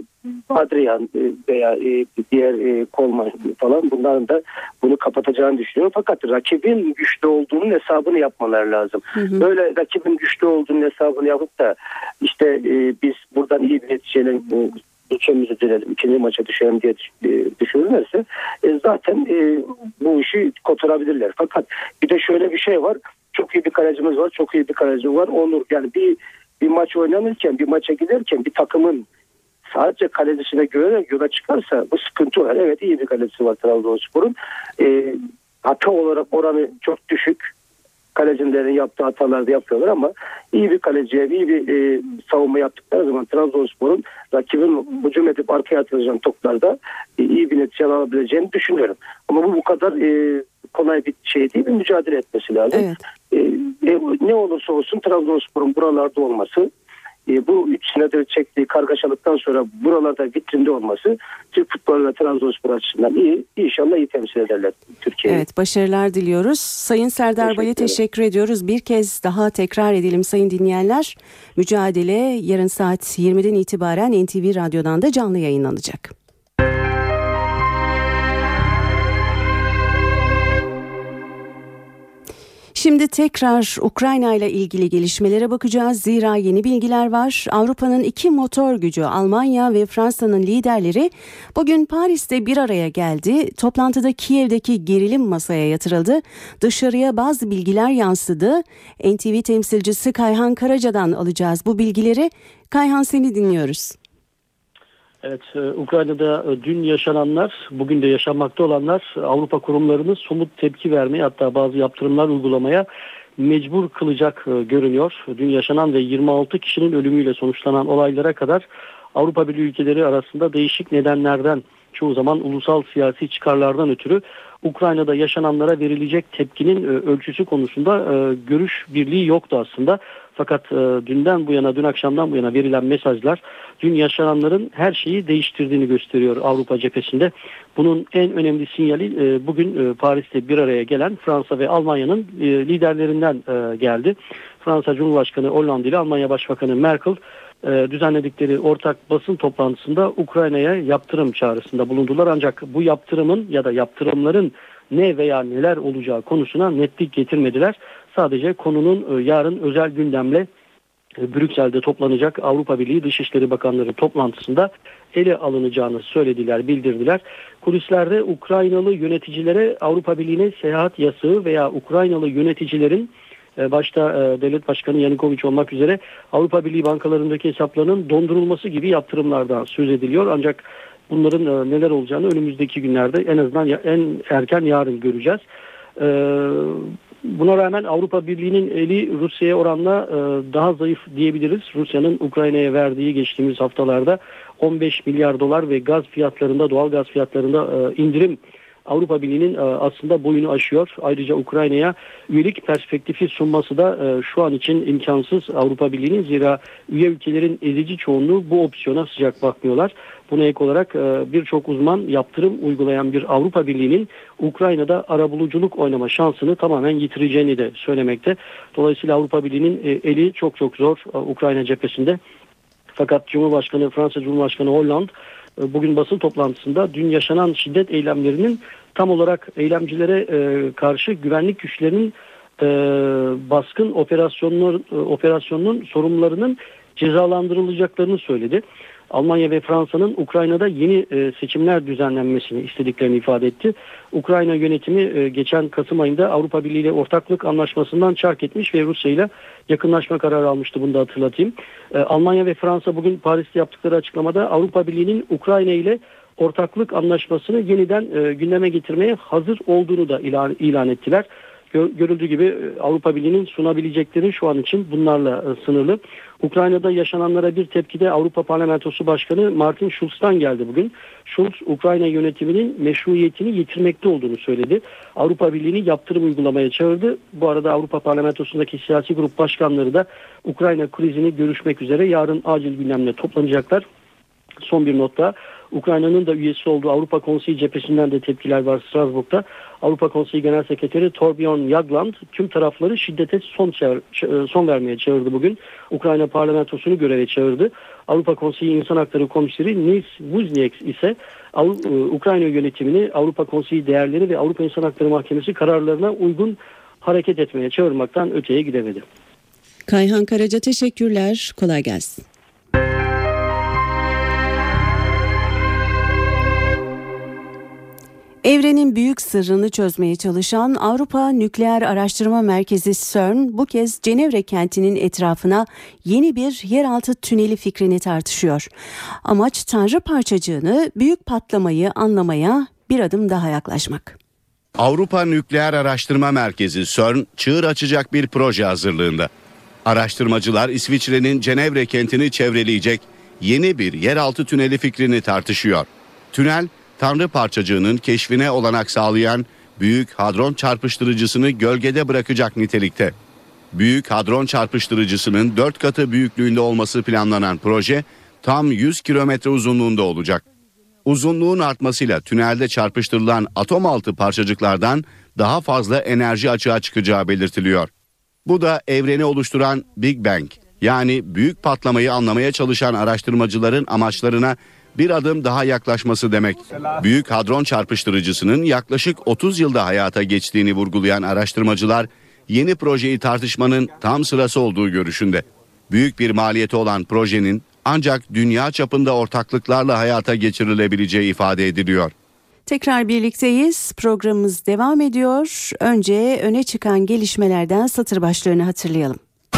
Adrian veya diğer Kolman falan, bunların da bunu kapatacağını düşünüyorum. Fakat rakibin güçlü olduğunun hesabını yapmaları lazım. Böyle rakibin güçlü olduğunun hesabını yapıp da işte biz buradan iyi bir neticeyle ülkemizi dönelim, ikinci maça düşelim diye düşünürlerse zaten bu işi kotarabilirler. Fakat bir de şöyle bir şey var. Çok iyi bir kalecimiz var. Çok iyi bir kaleci var. Onur, yani bir maç oynanırken, bir maça giderken bir takımın sadece kalecisine güvenerek yola çıkarsa bu sıkıntı var. Evet, iyi bir kalecisi var Trabzonspor'un. Hata olarak oranı çok düşük. Kalecilerin yaptığı hatalarda yapıyorlar ama iyi bir kaleciye, iyi bir savunma yaptıkları zaman Trabzonspor'un rakibin hücum edip arkaya atılacağın toplarda iyi bir netice alabileceğini düşünüyorum. Ama bu kadar kolay bir şey değil, bir mücadele etmesi lazım. Evet. Ne olursa olsun Trabzonspor'un buralarda olması, bu 3 senedir çektiği kargaşalıktan sonra buralarda vitrinde olması Türk futbolu ve Trabzonspor açısından iyi. İnşallah iyi temsil ederler Türkiye'yi. Evet, başarılar diliyoruz. Sayın Serdar Bali, teşekkür ediyoruz. Bir kez daha tekrar edelim sayın dinleyenler. Mücadele yarın saat 20'den itibaren NTV Radyo'dan da canlı yayınlanacak. Şimdi tekrar Ukrayna ile ilgili gelişmelere bakacağız. Zira yeni bilgiler var. Avrupa'nın iki motor gücü Almanya ve Fransa'nın liderleri bugün Paris'te bir araya geldi. Toplantıda Kiev'deki gerilim masaya yatırıldı. Dışarıya bazı bilgiler yansıdı. NTV temsilcisi Kayhan Karaca'dan alacağız bu bilgileri. Kayhan, seni dinliyoruz. Evet, Ukrayna'da dün yaşananlar, bugün de yaşanmakta olanlar Avrupa kurumlarını somut tepki vermeye, hatta bazı yaptırımlar uygulamaya mecbur kılacak görünüyor. Dün yaşanan ve 26 kişinin ölümüyle sonuçlanan olaylara kadar Avrupa Birliği ülkeleri arasında değişik nedenlerden, çoğu zaman ulusal siyasi çıkarlardan ötürü Ukrayna'da yaşananlara verilecek tepkinin ölçüsü konusunda görüş birliği yoktu aslında. Fakat dün akşamdan bu yana verilen mesajlar dün yaşananların her şeyi değiştirdiğini gösteriyor Avrupa cephesinde. Bunun en önemli sinyali bugün Paris'te bir araya gelen Fransa ve Almanya'nın liderlerinden geldi. Fransa Cumhurbaşkanı Hollande ile Almanya Başbakanı Merkel düzenledikleri ortak basın toplantısında Ukrayna'ya yaptırım çağrısında bulundular. Ancak bu yaptırımın ya da yaptırımların ne veya neler olacağı konusuna netlik getirmediler. Sadece konunun yarın özel gündemle Brüksel'de toplanacak Avrupa Birliği Dışişleri Bakanları toplantısında ele alınacağını söylediler, bildirdiler. Kulislerde Ukraynalı yöneticilere Avrupa Birliği'ne seyahat yasağı veya Ukraynalı yöneticilerin başta Devlet Başkanı Yanukovych olmak üzere Avrupa Birliği bankalarındaki hesaplarının dondurulması gibi yaptırımlardan söz ediliyor. Ancak bunların neler olacağını önümüzdeki günlerde, en azından en erken yarın göreceğiz. Buna rağmen Avrupa Birliği'nin eli Rusya'ya oranla daha zayıf diyebiliriz. Rusya'nın Ukrayna'ya verdiği geçtiğimiz haftalarda 15 milyar dolar ve gaz fiyatlarında, doğal gaz fiyatlarında indirim Avrupa Birliği'nin aslında boyunu aşıyor. Ayrıca Ukrayna'ya üyelik perspektifi sunması da şu an için imkansız Avrupa Birliği'nin. Zira üye ülkelerin ezici çoğunluğu bu opsiyona sıcak bakmıyorlar. Buna ek olarak birçok uzman yaptırım uygulayan bir Avrupa Birliği'nin Ukrayna'da arabuluculuk oynama şansını tamamen yitireceğini de söylemekte. Dolayısıyla Avrupa Birliği'nin eli çok zor Ukrayna cephesinde. Fakat Fransa Cumhurbaşkanı Hollande bugün basın toplantısında dün yaşanan şiddet eylemlerinin tam olarak eylemcilere karşı güvenlik güçlerinin baskın operasyonunun sorumlularının cezalandırılacaklarını söyledi. Almanya ve Fransa'nın Ukrayna'da yeni seçimler düzenlenmesini istediklerini ifade etti. Ukrayna yönetimi geçen Kasım ayında Avrupa Birliği ile ortaklık anlaşmasından çark etmiş ve Rusya ile yakınlaşma kararı almıştı. Bunu da hatırlatayım. Almanya ve Fransa bugün Paris'te yaptıkları açıklamada Avrupa Birliği'nin Ukrayna ile ortaklık anlaşmasını yeniden gündeme getirmeye hazır olduğunu da ilan ettiler. Görüldüğü gibi Avrupa Birliği'nin sunabilecekleri şu an için bunlarla sınırlı. Ukrayna'da yaşananlara bir tepki de Avrupa Parlamentosu Başkanı Martin Schulz'tan geldi bugün. Schulz, Ukrayna yönetiminin meşruiyetini yitirmekte olduğunu söyledi. Avrupa Birliği'ni yaptırım uygulamaya çağırdı. Bu arada Avrupa Parlamentosu'ndaki siyasi grup başkanları da Ukrayna krizini görüşmek üzere yarın acil gündemle toplanacaklar. Son bir notta, Ukrayna'nın da üyesi olduğu Avrupa Konseyi cephesinden de tepkiler var Strasbourg'da. Avrupa Konseyi Genel Sekreteri Torbjörn Jagland tüm tarafları şiddete son vermeye çağırdı bugün. Ukrayna parlamentosunu göreve çağırdı. Avrupa Konseyi İnsan Hakları Komiseri Nils Muiznieks ise Ukrayna yönetimini Avrupa Konseyi değerleri ve Avrupa İnsan Hakları Mahkemesi kararlarına uygun hareket etmeye çağırmaktan öteye gidemedi. Kayhan Karaca teşekkürler. Kolay gelsin. Evrenin büyük sırrını çözmeye çalışan Avrupa Nükleer Araştırma Merkezi CERN bu kez Cenevre kentinin etrafına yeni bir yeraltı tüneli fikrini tartışıyor. Amaç Tanrı parçacığını, büyük patlamayı anlamaya bir adım daha yaklaşmak. Avrupa Nükleer Araştırma Merkezi CERN çığır açacak bir proje hazırlığında. Araştırmacılar İsviçre'nin Cenevre kentini çevreleyecek yeni bir yeraltı tüneli fikrini tartışıyor. Tünel, Tanrı parçacığının keşfine olanak sağlayan Büyük Hadron Çarpıştırıcısını gölgede bırakacak nitelikte. Büyük Hadron Çarpıştırıcısının 4 katı büyüklüğünde olması planlanan proje tam 100 kilometre uzunluğunda olacak. Uzunluğun artmasıyla tünelde çarpıştırılan atom altı parçacıklardan daha fazla enerji açığa çıkacağı belirtiliyor. Bu da evreni oluşturan Big Bang, yani büyük patlamayı anlamaya çalışan araştırmacıların amaçlarına bir adım daha yaklaşması demek. Büyük Hadron Çarpıştırıcısının yaklaşık 30 yılda hayata geçtiğini vurgulayan araştırmacılar yeni projeyi tartışmanın tam sırası olduğu görüşünde. Büyük bir maliyeti olan projenin ancak dünya çapında ortaklıklarla hayata geçirilebileceği ifade ediliyor. Tekrar birlikteyiz. Programımız devam ediyor. Önce öne çıkan gelişmelerden satır başlarını hatırlayalım.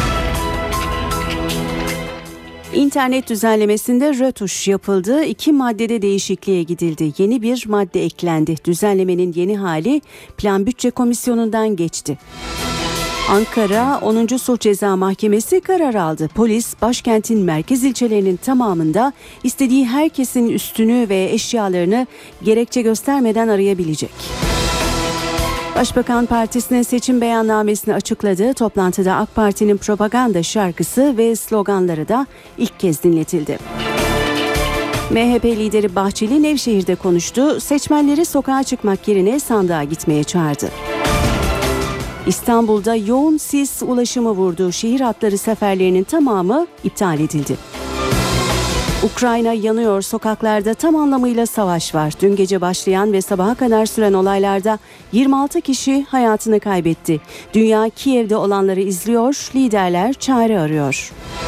İnternet düzenlemesinde rötuş yapıldı. 2 maddede değişikliğe gidildi. Yeni bir madde eklendi. Düzenlemenin yeni hali Plan Bütçe Komisyonu'ndan geçti. Ankara 10. Sulh Ceza Mahkemesi karar aldı. Polis başkentin merkez ilçelerinin tamamında istediği herkesin üstünü ve eşyalarını gerekçe göstermeden arayabilecek. Başbakan Partisi'nin seçim beyannamesini açıkladı. Toplantıda AK Parti'nin propaganda şarkısı ve sloganları da ilk kez dinletildi. MHP lideri Bahçeli Nevşehir'de konuştu. Seçmenleri sokağa çıkmak yerine sandığa gitmeye çağırdı. İstanbul'da yoğun sis ulaşımı vurdu. Şehir hatları seferlerinin tamamı iptal edildi. Ukrayna yanıyor, sokaklarda tam anlamıyla savaş var. Dün gece başlayan ve sabaha kadar süren olaylarda 26 kişi hayatını kaybetti. Dünya Kiev'de olanları izliyor, liderler çare arıyor.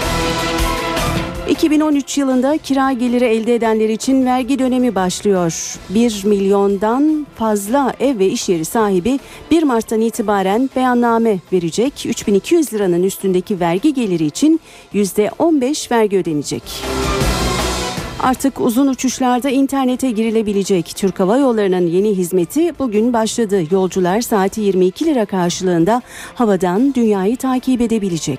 2013 yılında kira geliri elde edenler için vergi dönemi başlıyor. 1 milyondan fazla ev ve iş yeri sahibi 1 Mart'tan itibaren beyanname verecek. 3.200 liranın üstündeki vergi geliri için %15 vergi ödenecek. Artık uzun uçuşlarda internete girilebilecek. Türk Hava Yolları'nın yeni hizmeti bugün başladı. Yolcular saati 22 lira karşılığında havadan dünyayı takip edebilecek.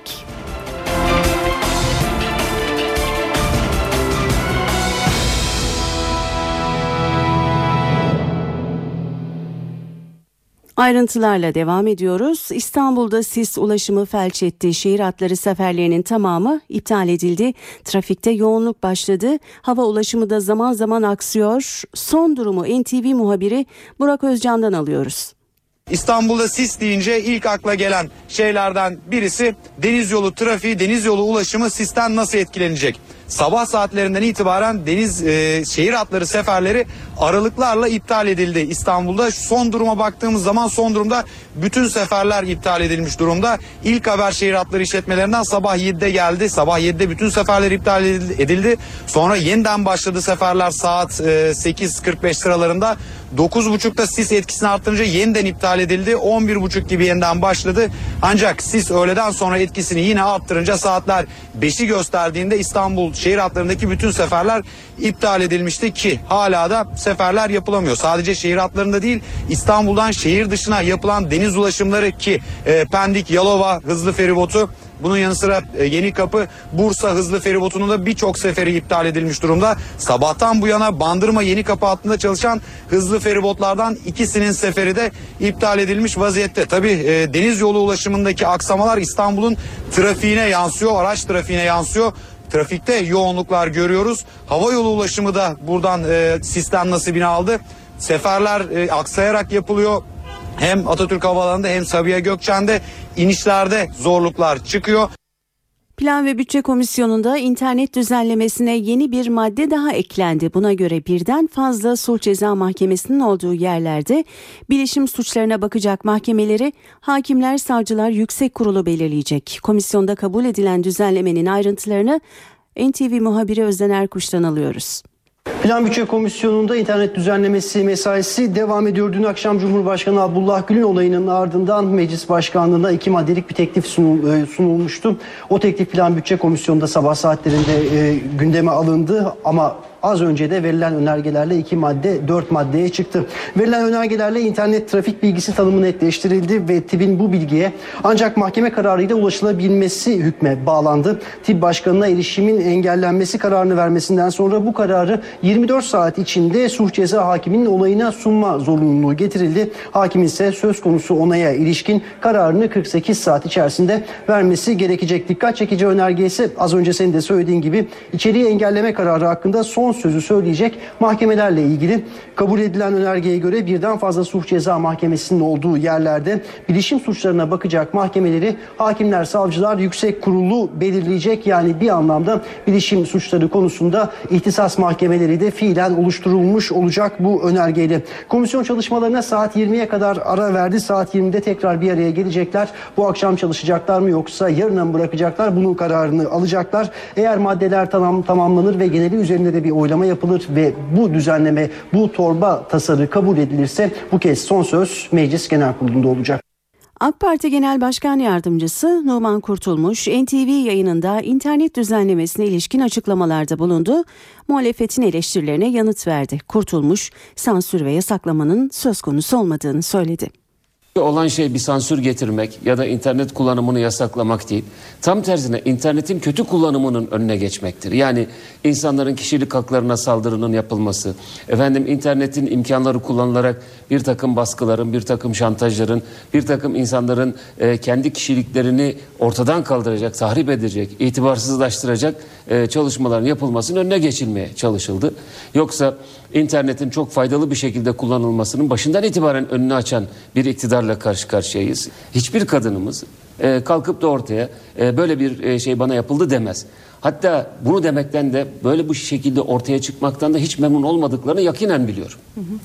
Ayrıntılarla devam ediyoruz. İstanbul'da sis ulaşımı felç etti. Şehir hatları seferlerinin tamamı iptal edildi. Trafikte yoğunluk başladı. Hava ulaşımı da zaman zaman aksıyor. Son durumu NTV muhabiri Burak Özcan'dan alıyoruz. İstanbul'da sis deyince ilk akla gelen şeylerden birisi denizyolu trafiği, denizyolu ulaşımı sisten nasıl etkilenecek? Sabah saatlerinden itibaren şehir hatları seferleri aralıklarla iptal edildi İstanbul'da. Son duruma baktığımız zaman son durumda bütün seferler iptal edilmiş durumda. İlk haber şehir hatları işletmelerinden sabah 7'de geldi. Sabah 7'de bütün seferler iptal edildi. Sonra yeniden başladı seferler saat 8.45 sıralarında. 9.30'da sis etkisini arttırınca yeniden iptal edildi. 11.30 gibi yeniden başladı. Ancak sis öğleden sonra etkisini yine arttırınca saatler 5'i gösterdiğinde İstanbul şehir hatlarındaki bütün seferler iptal edilmişti ki hala da seferler yapılamıyor. Sadece şehir hatlarında değil, İstanbul'dan şehir dışına yapılan deniz ulaşımları ki Pendik, Yalova hızlı feribotu, bunun yanı sıra Yenikapı, Bursa hızlı feribotunun da birçok seferi iptal edilmiş durumda. Sabahtan bu yana Bandırma Yenikapı hattında çalışan hızlı feribotlardan ikisinin seferi de iptal edilmiş vaziyette. Tabii deniz yolu ulaşımındaki aksamalar İstanbul'un trafiğine yansıyor, araç trafiğine yansıyor. Trafikte yoğunluklar görüyoruz. Hava yolu ulaşımı da buradan sisten nasibini aldı. Seferler aksayarak yapılıyor. Hem Atatürk Havaalanı'nda hem Sabiha Gökçen'de inişlerde zorluklar çıkıyor. Plan ve Bütçe Komisyonu'nda internet düzenlemesine yeni bir madde daha eklendi. Buna göre birden fazla sulh ceza mahkemesinin olduğu yerlerde bilişim suçlarına bakacak mahkemeleri Hakimler Savcılar Yüksek Kurulu belirleyecek. Komisyonda kabul edilen düzenlemenin ayrıntılarını NTV muhabiri Özden Erkuş'tan alıyoruz. Plan Bütçe Komisyonu'nda internet düzenlemesi mesaisi devam ediyor. Dün akşam Cumhurbaşkanı Abdullah Gül'ün olayının ardından Meclis Başkanlığı'na 2 maddelik bir teklif sunulmuştu. O teklif Plan Bütçe Komisyonu'nda sabah saatlerinde gündeme alındı ama az önce de verilen önergelerle 2 madde 4 maddeye çıktı. Verilen önergelerle internet trafik bilgisi tanımı netleştirildi ve TİB'in bu bilgiye ancak mahkeme kararıyla ulaşılabilmesi hükme bağlandı. TİB Başkanı'na erişimin engellenmesi kararını vermesinden sonra bu kararı 24 saat içinde sulh ceza hakiminin onayına sunma zorunluluğu getirildi. Hakim ise söz konusu onaya ilişkin kararını 48 saat içerisinde vermesi gerekecek. Dikkat çekici önerge ise az önce senin de söylediğin gibi içeriği engelleme kararı hakkında son sözü söyleyecek mahkemelerle ilgili. Kabul edilen önergeye göre birden fazla sulh ceza mahkemesinin olduğu yerlerde bilişim suçlarına bakacak mahkemeleri Hakimler Savcılar Yüksek Kurulu belirleyecek. Yani bir anlamda bilişim suçları konusunda ihtisas mahkemeleri de fiilen oluşturulmuş olacak bu önergeyle. Komisyon çalışmalarına saat 20'ye kadar ara verdi. Saat 20'de tekrar bir araya gelecekler. Bu akşam çalışacaklar mı yoksa yarına mı bırakacaklar? Bunun kararını alacaklar. Eğer maddeler tamamlanır ve geneli üzerinde de bir oylama yapılır ve bu düzenleme, bu torba tasarı kabul edilirse bu kez son söz Meclis Genel Kurulu'nda olacak. AK Parti Genel Başkan Yardımcısı Numan Kurtulmuş, NTV yayınında internet düzenlemesine ilişkin açıklamalarda bulundu. Muhalefetin eleştirilerine yanıt verdi. Kurtulmuş, sansür ve yasaklamanın söz konusu olmadığını söyledi. Olan şey bir sansür getirmek ya da internet kullanımını yasaklamak değil. Tam tersine internetin kötü kullanımının önüne geçmektir. Yani insanların kişilik haklarına saldırının yapılması, internetin imkanları kullanılarak bir takım baskıların, bir takım şantajların, bir takım insanların kendi kişiliklerini ortadan kaldıracak, tahrip edecek, itibarsızlaştıracak çalışmaların yapılmasının önüne geçilmeye çalışıldı. Yoksa internetin çok faydalı bir şekilde kullanılmasının başından itibaren önünü açan bir iktidarla karşı karşıyayız. Hiçbir kadınımız kalkıp da ortaya böyle bir şey bana yapıldı demez. Hatta bunu demekten de böyle bu şekilde ortaya çıkmaktan da hiç memnun olmadıklarını yakinen biliyorum.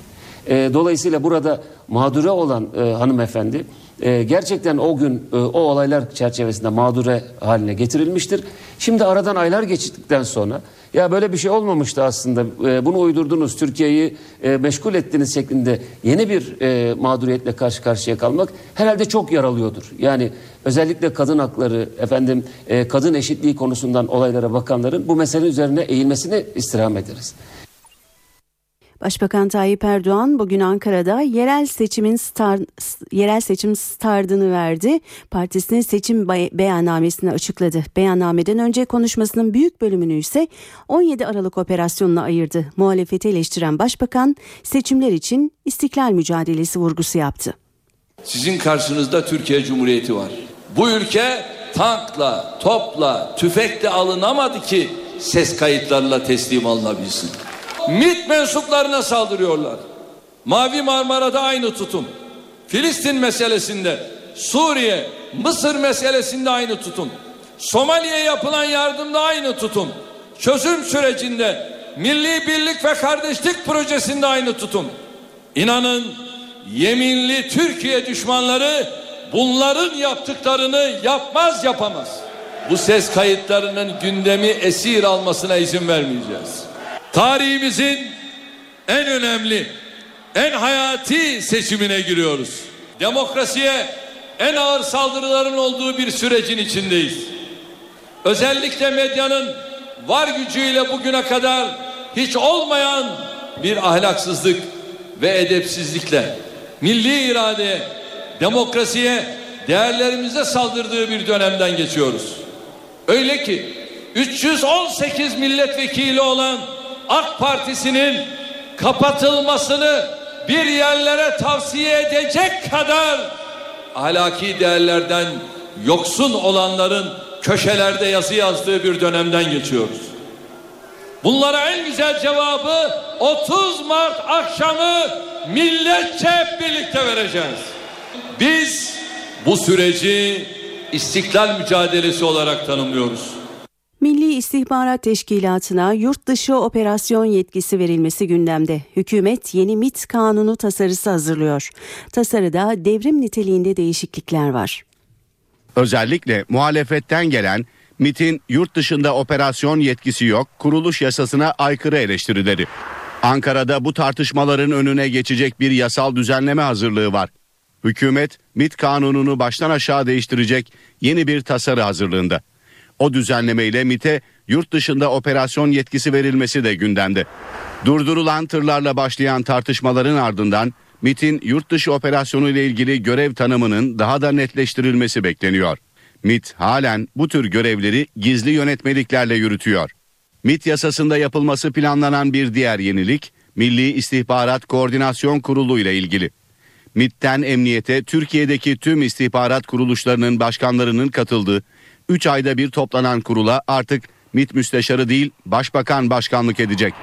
Dolayısıyla burada mağdure olan hanımefendi gerçekten o gün o olaylar çerçevesinde mağdure haline getirilmiştir. Şimdi aradan aylar geçtikten sonra ya böyle bir şey olmamıştı aslında, bunu uydurdunuz, Türkiye'yi meşgul ettiniz şeklinde yeni bir mağduriyetle karşı karşıya kalmak herhalde çok yaralıyordur. Yani özellikle kadın hakları, kadın eşitliği konusundan olaylara bakanların bu mesele üzerine eğilmesini istirham ederiz. Başbakan Tayyip Erdoğan bugün Ankara'da yerel seçim startını verdi. Partisinin seçim beyannamesini açıkladı. Beyannameden önce konuşmasının büyük bölümünü ise 17 Aralık operasyonuna ayırdı. Muhalefeti eleştiren Başbakan seçimler için istiklal mücadelesi vurgusu yaptı. Sizin karşınızda Türkiye Cumhuriyeti var. Bu ülke tankla, topla, tüfekle alınamadı ki ses kayıtlarıyla teslim alınabilsin. MİT mensuplarına saldırıyorlar. Mavi Marmara'da aynı tutum. Filistin meselesinde, Suriye, Mısır meselesinde aynı tutum. Somali'ye yapılan yardımda aynı tutum. Çözüm sürecinde, milli birlik ve kardeşlik projesinde aynı tutum. İnanın yeminli Türkiye düşmanları bunların yaptıklarını yapamaz. Bu ses kayıtlarının gündemi esir almasına izin vermeyeceğiz. Tarihimizin en önemli, en hayati seçimine giriyoruz. Demokrasiye en ağır saldırıların olduğu bir sürecin içindeyiz. Özellikle medyanın var gücüyle bugüne kadar hiç olmayan bir ahlaksızlık ve edepsizlikle milli iradeye, demokrasiye, değerlerimize saldırdığı bir dönemden geçiyoruz. Öyle ki 318 milletvekili olan AK Partisi'nin kapatılmasını bir yerlere tavsiye edecek kadar ahlaki değerlerden yoksun olanların köşelerde yazı yazdığı bir dönemden geçiyoruz. Bunlara en güzel cevabı 30 Mart akşamı milletçe hep birlikte vereceğiz. Biz bu süreci istiklal mücadelesi olarak tanımlıyoruz. Milli İstihbarat Teşkilatı'na yurt dışı operasyon yetkisi verilmesi gündemde. Hükümet yeni MİT kanunu tasarısı hazırlıyor. Tasarıda devrim niteliğinde değişiklikler var. Özellikle muhalefetten gelen MİT'in yurt dışında operasyon yetkisi yok, kuruluş yasasına aykırı eleştirileri. Ankara'da bu tartışmaların önüne geçecek bir yasal düzenleme hazırlığı var. Hükümet MİT kanununu baştan aşağı değiştirecek yeni bir tasarı hazırlığında. O düzenlemeyle MİT'e yurt dışında operasyon yetkisi verilmesi de gündemde. Durdurulan tırlarla başlayan tartışmaların ardından MİT'in yurt dışı operasyonu ile ilgili görev tanımının daha da netleştirilmesi bekleniyor. MİT halen bu tür görevleri gizli yönetmeliklerle yürütüyor. MİT yasasında yapılması planlanan bir diğer yenilik Milli İstihbarat Koordinasyon Kurulu ile ilgili. MİT'ten emniyete Türkiye'deki tüm istihbarat kuruluşlarının başkanlarının katıldığı 3 ayda bir toplanan kurula artık MİT müsteşarı değil başbakan başkanlık edecek.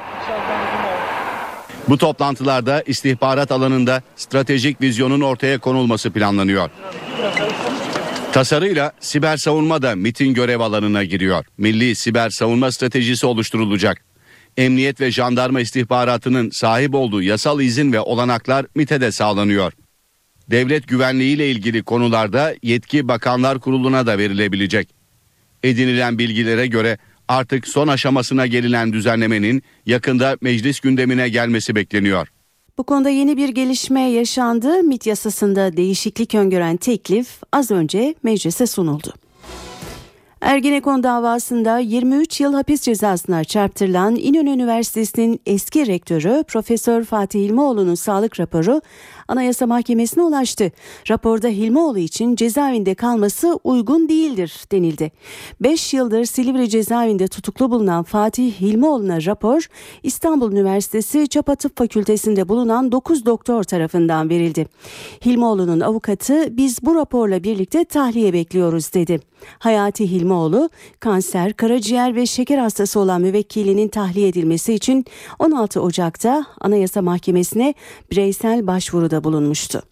Bu toplantılarda istihbarat alanında stratejik vizyonun ortaya konulması planlanıyor. Tasarıyla siber savunma da MİT'in görev alanına giriyor. Milli siber savunma stratejisi oluşturulacak. Emniyet ve jandarma istihbaratının sahip olduğu yasal izin ve olanaklar MİT'e de sağlanıyor. Devlet güvenliği ile ilgili konularda yetki Bakanlar Kurulu'na da verilebilecek. Edinilen bilgilere göre artık son aşamasına gelinen düzenlemenin yakında meclis gündemine gelmesi bekleniyor. Bu konuda yeni bir gelişme yaşandı. MİT yasasında değişiklik öngören teklif az önce meclise sunuldu. Ergenekon davasında 23 yıl hapis cezasına çarptırılan İnönü Üniversitesi'nin eski rektörü Profesör Fatih Hilmioğlu'nun sağlık raporu Anayasa Mahkemesi'ne ulaştı. Raporda Hilmioğlu için cezaevinde kalması uygun değildir denildi. 5 yıldır Silivri cezaevinde tutuklu bulunan Fatih Hilmioğlu'na rapor İstanbul Üniversitesi Çapa Tıp Fakültesi'nde bulunan 9 doktor tarafından verildi. Hilmioğlu'nun avukatı biz bu raporla birlikte tahliye bekliyoruz dedi. Hayati Hilmioğlu kanser, karaciğer ve şeker hastası olan müvekkilinin tahliye edilmesi için 16 Ocak'ta Anayasa Mahkemesi'ne bireysel başvuruda bulunmuştu.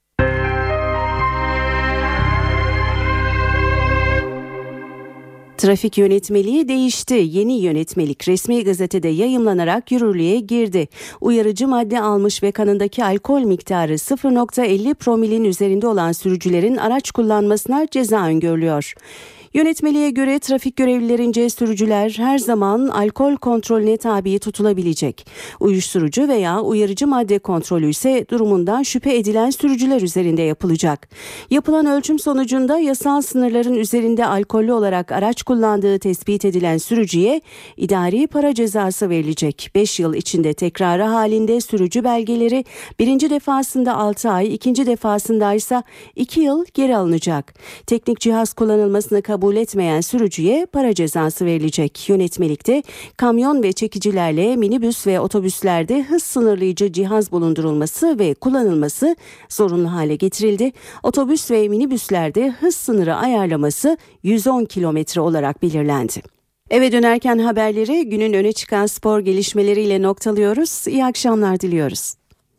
Trafik yönetmeliği değişti. Yeni yönetmelik resmi gazetede yayımlanarak yürürlüğe girdi. Uyarıcı madde almış ve kanındaki alkol miktarı 0.50 promilin üzerinde olan sürücülerin araç kullanmasına ceza öngörülüyor. Yönetmeliğe göre trafik görevlilerince sürücüler her zaman alkol kontrolüne tabi tutulabilecek. Uyuşturucu veya uyarıcı madde kontrolü ise durumundan şüphe edilen sürücüler üzerinde yapılacak. Yapılan ölçüm sonucunda yasal sınırların üzerinde alkollü olarak araç kullandığı tespit edilen sürücüye idari para cezası verilecek. 5 yıl içinde tekrarı halinde sürücü belgeleri birinci defasında 6 ay, ikinci defasında ise 2 yıl geri alınacak. Teknik cihaz kullanılmasını kabul kabul etmeyen sürücüye para cezası verilecek. Yönetmelikte kamyon ve çekicilerle minibüs ve otobüslerde hız sınırlayıcı cihaz bulundurulması ve kullanılması zorunlu hale getirildi. Otobüs ve minibüslerde hız sınırı ayarlaması 110 kilometre olarak belirlendi. Eve dönerken haberleri günün öne çıkan spor gelişmeleriyle noktalıyoruz. İyi akşamlar diliyoruz.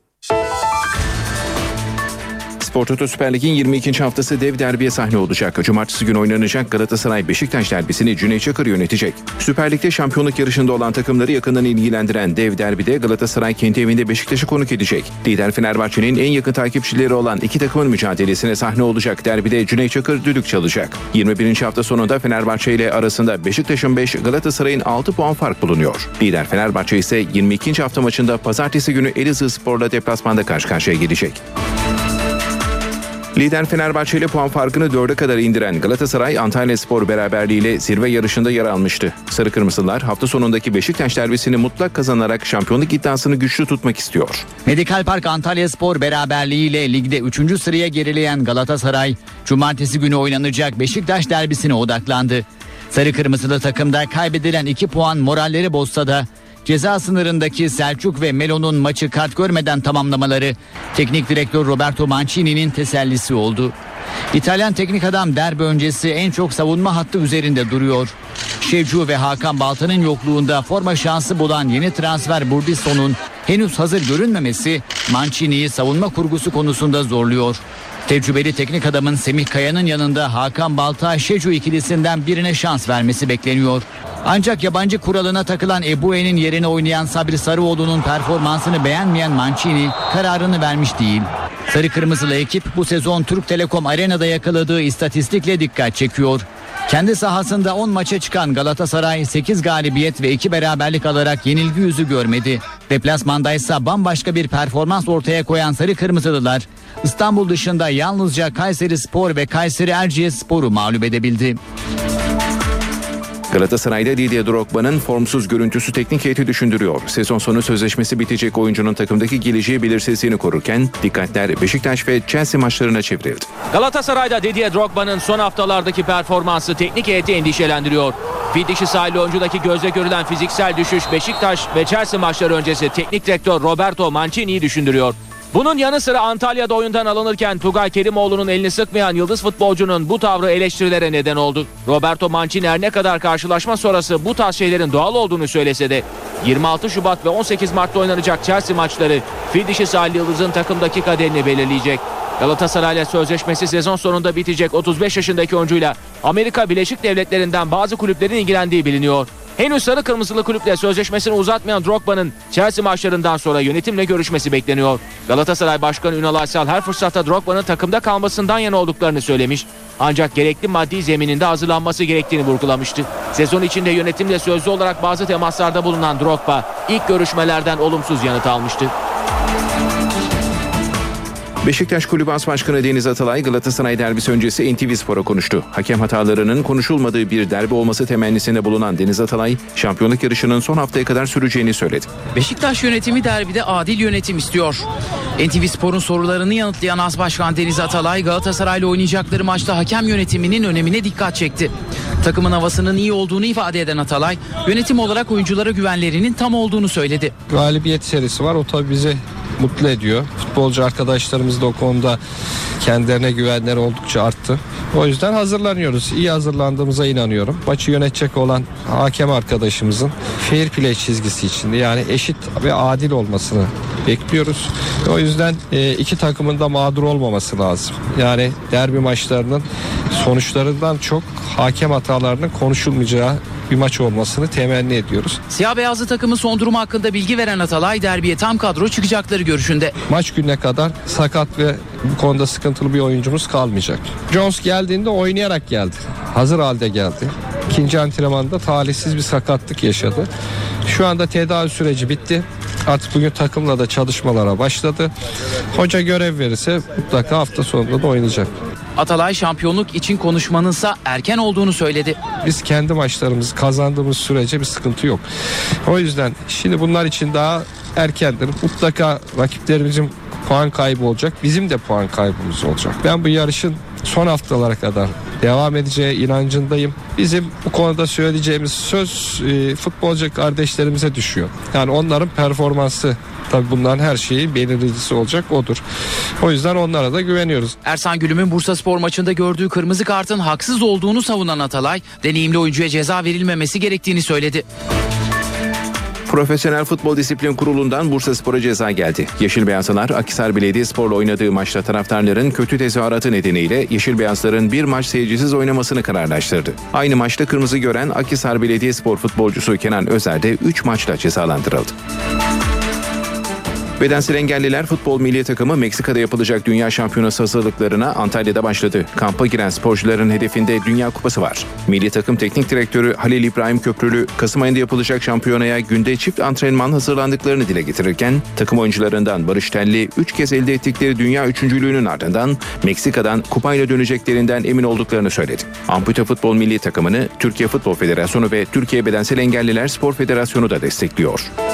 Spor Toto Süper Lig'in 22. haftası dev derbiye sahne olacak. Cumartesi günü oynanacak Galatasaray-Beşiktaş derbisini Cüneyt Çakır yönetecek. Süper Lig'de şampiyonluk yarışında olan takımları yakından ilgilendiren dev derbide Galatasaray kendi evinde Beşiktaş'ı konuk edecek. Lider Fenerbahçe'nin en yakın takipçileri olan iki takımın mücadelesine sahne olacak derbide Cüneyt Çakır düdük çalacak. 21. hafta sonunda Fenerbahçe ile arasında Beşiktaş'ın 5, Galatasaray'ın 6 puan fark bulunuyor. Lider Fenerbahçe ise 22. hafta maçında pazartesi günü Elazığspor'la deplasmanda karşı karşıya gelecek. Lider Fenerbahçe ile puan farkını 4'e kadar indiren Galatasaray, Antalyaspor beraberliğiyle zirve yarışında yer almıştı. Sarı Kırmızılar hafta sonundaki Beşiktaş derbisini mutlak kazanarak şampiyonluk iddiasını güçlü tutmak istiyor. Medikal Park Antalyaspor beraberliğiyle ligde 3. sıraya gerileyen Galatasaray, cumartesi günü oynanacak Beşiktaş derbisine odaklandı. Sarı Kırmızılı takımda kaybedilen 2 puan moralleri bozsa da ceza sınırındaki Selçuk ve Melo'nun maçı kart görmeden tamamlamaları teknik direktör Roberto Mancini'nin tesellisi oldu. İtalyan teknik adam derbi öncesi en çok savunma hattı üzerinde duruyor. Şevcu ve Hakan Balta'nın yokluğunda forma şansı bulan yeni transfer Burdisson'un henüz hazır görünmemesi Mancini'yi savunma kurgusu konusunda zorluyor. Tecrübeli teknik adamın Semih Kaya'nın yanında Hakan Balta, Şevcu ikilisinden birine şans vermesi bekleniyor. Ancak yabancı kuralına takılan Ebue'nin yerine oynayan Sabri Sarıoğlu'nun performansını beğenmeyen Mancini kararını vermiş değil. Sarı Kırmızılı ekip bu sezon Türk Telekom Arena'da yakaladığı istatistikle dikkat çekiyor. Kendi sahasında 10 maça çıkan Galatasaray 8 galibiyet ve 2 beraberlik alarak yenilgi yüzü görmedi. Deplasmandaysa bambaşka bir performans ortaya koyan Sarı Kırmızılılar İstanbul dışında yalnızca Kayserispor ve Kayseri Erciyesspor'u mağlup edebildi. Galatasaray'da Didier Drogba'nın formsuz görüntüsü teknik heyeti düşündürüyor. Sezon sonu sözleşmesi bitecek oyuncunun takımdaki geleceği belirsizliğini korurken dikkatler Beşiktaş ve Chelsea maçlarına çevrildi. Galatasaray'da Didier Drogba'nın son haftalardaki performansı teknik heyeti endişelendiriyor. Fil dişi sahili oyuncudaki gözle görülen fiziksel düşüş Beşiktaş ve Chelsea maçları öncesi teknik direktör Roberto Mancini'yi düşündürüyor. Bunun yanı sıra Antalya'da oyundan alınırken Tugay Kerimoğlu'nun elini sıkmayan yıldız futbolcunun bu tavrı eleştirilere neden oldu. Roberto Mancini her ne kadar karşılaşma sonrası bu tarz şeylerin doğal olduğunu söylese de 26 Şubat ve 18 Mart'ta oynanacak Chelsea maçları fil dişi sahili yıldızın takımdaki kaderini belirleyecek. Galatasaray'la sözleşmesi sezon sonunda bitecek 35 yaşındaki oyuncuyla Amerika Birleşik Devletleri'nden bazı kulüplerin ilgilendiği biliniyor. Henüz sarı kırmızılı kulüple sözleşmesini uzatmayan Drogba'nın Chelsea maçlarından sonra yönetimle görüşmesi bekleniyor. Galatasaray Başkanı Ünal Aysal her fırsatta Drogba'nın takımda kalmasından yana olduklarını söylemiş. Ancak gerekli maddi zemininde hazırlanması gerektiğini vurgulamıştı. Sezon içinde yönetimle sözlü olarak bazı temaslarda bulunan Drogba ilk görüşmelerden olumsuz yanıt almıştı. Beşiktaş Kulübü As Başkanı Deniz Atalay Galatasaray derbisi öncesi NTV Spor'a konuştu. Hakem hatalarının konuşulmadığı bir derbi olması temennisinde bulunan Deniz Atalay, şampiyonluk yarışının son haftaya kadar süreceğini söyledi. Beşiktaş yönetimi derbide adil yönetim istiyor. NTV Spor'un sorularını yanıtlayan As Başkan Deniz Atalay, Galatasaray'la oynayacakları maçta hakem yönetiminin önemine dikkat çekti. Takımın havasının iyi olduğunu ifade eden Atalay, yönetim olarak oyunculara güvenlerinin tam olduğunu söyledi. Galibiyet serisi var, o tabii bizi mutlu ediyor. Futbolcu arkadaşlarımız da o konuda kendilerine güvenleri oldukça arttı. O yüzden hazırlanıyoruz. İyi hazırlandığımıza inanıyorum. Maçı yönetecek olan hakem arkadaşımızın fair play çizgisi içinde, yani eşit ve adil olmasını bekliyoruz. O yüzden iki takımın da mağdur olmaması lazım. Yani derbi maçlarının sonuçlarından çok hakem hatalarının konuşulmayacağı bir maç olmasını temenni ediyoruz. Siyah beyazlı takımın son durumu hakkında bilgi veren Atalay, derbiye tam kadro çıkacakları görüşünde. Maç gününe kadar sakat ve bu konuda sıkıntılı bir oyuncumuz kalmayacak. Jones geldiğinde oynayarak geldi. Hazır halde geldi. İkinci antrenmanda talihsiz bir sakatlık yaşadı. Şu anda tedavi süreci bitti. Artık bugün takımla da çalışmalara başladı. Hoca görev verirse mutlaka hafta sonunda da oynayacak. Atalay şampiyonluk için konuşmanınsa erken olduğunu söyledi. Biz kendi maçlarımızı kazandığımız sürece bir sıkıntı yok. O yüzden şimdi bunlar için daha erkendir. Mutlaka rakiplerimizin puan kaybı olacak. Bizim de puan kaybımız olacak. Ben bu yarışın son haftalara kadar devam edeceği inancındayım. Bizim bu konuda söyleyeceğimiz söz futbolcu kardeşlerimize düşüyor. Yani onların performansı, tabii bunların her şeyi belirleyicisi olacak odur. O yüzden onlara da güveniyoruz. Ersan Gülüm'ün Bursaspor maçında gördüğü kırmızı kartın haksız olduğunu savunan Atalay, deneyimli oyuncuya ceza verilmemesi gerektiğini söyledi. Profesyonel Futbol Disiplin Kurulu'ndan Bursaspor'a ceza geldi. Yeşil Beyazlılar Akhisar Belediyespor'la oynadığı maçta taraftarların kötü tezahüratı nedeniyle Yeşil Beyazların bir maç seyircisiz oynamasını kararlaştırdı. Aynı maçta kırmızı gören Akhisar Belediyespor futbolcusu Kenan Özer de 3 maçla cezalandırıldı. Bedensel engelliler futbol milli takımı Meksika'da yapılacak Dünya Şampiyonası hazırlıklarına Antalya'da başladı. Kampa giren sporcuların hedefinde Dünya Kupası var. Milli takım teknik direktörü Halil İbrahim Köprülü, Kasım ayında yapılacak şampiyonaya günde çift antrenman hazırlandıklarını dile getirirken, takım oyuncularından Barış Telli 3 kez elde ettikleri dünya üçüncülüğünün ardından Meksika'dan kupayla döneceklerinden emin olduklarını söyledi. Ampute futbol milli takımını Türkiye Futbol Federasyonu ve Türkiye Bedensel Engelliler Spor Federasyonu da destekliyor.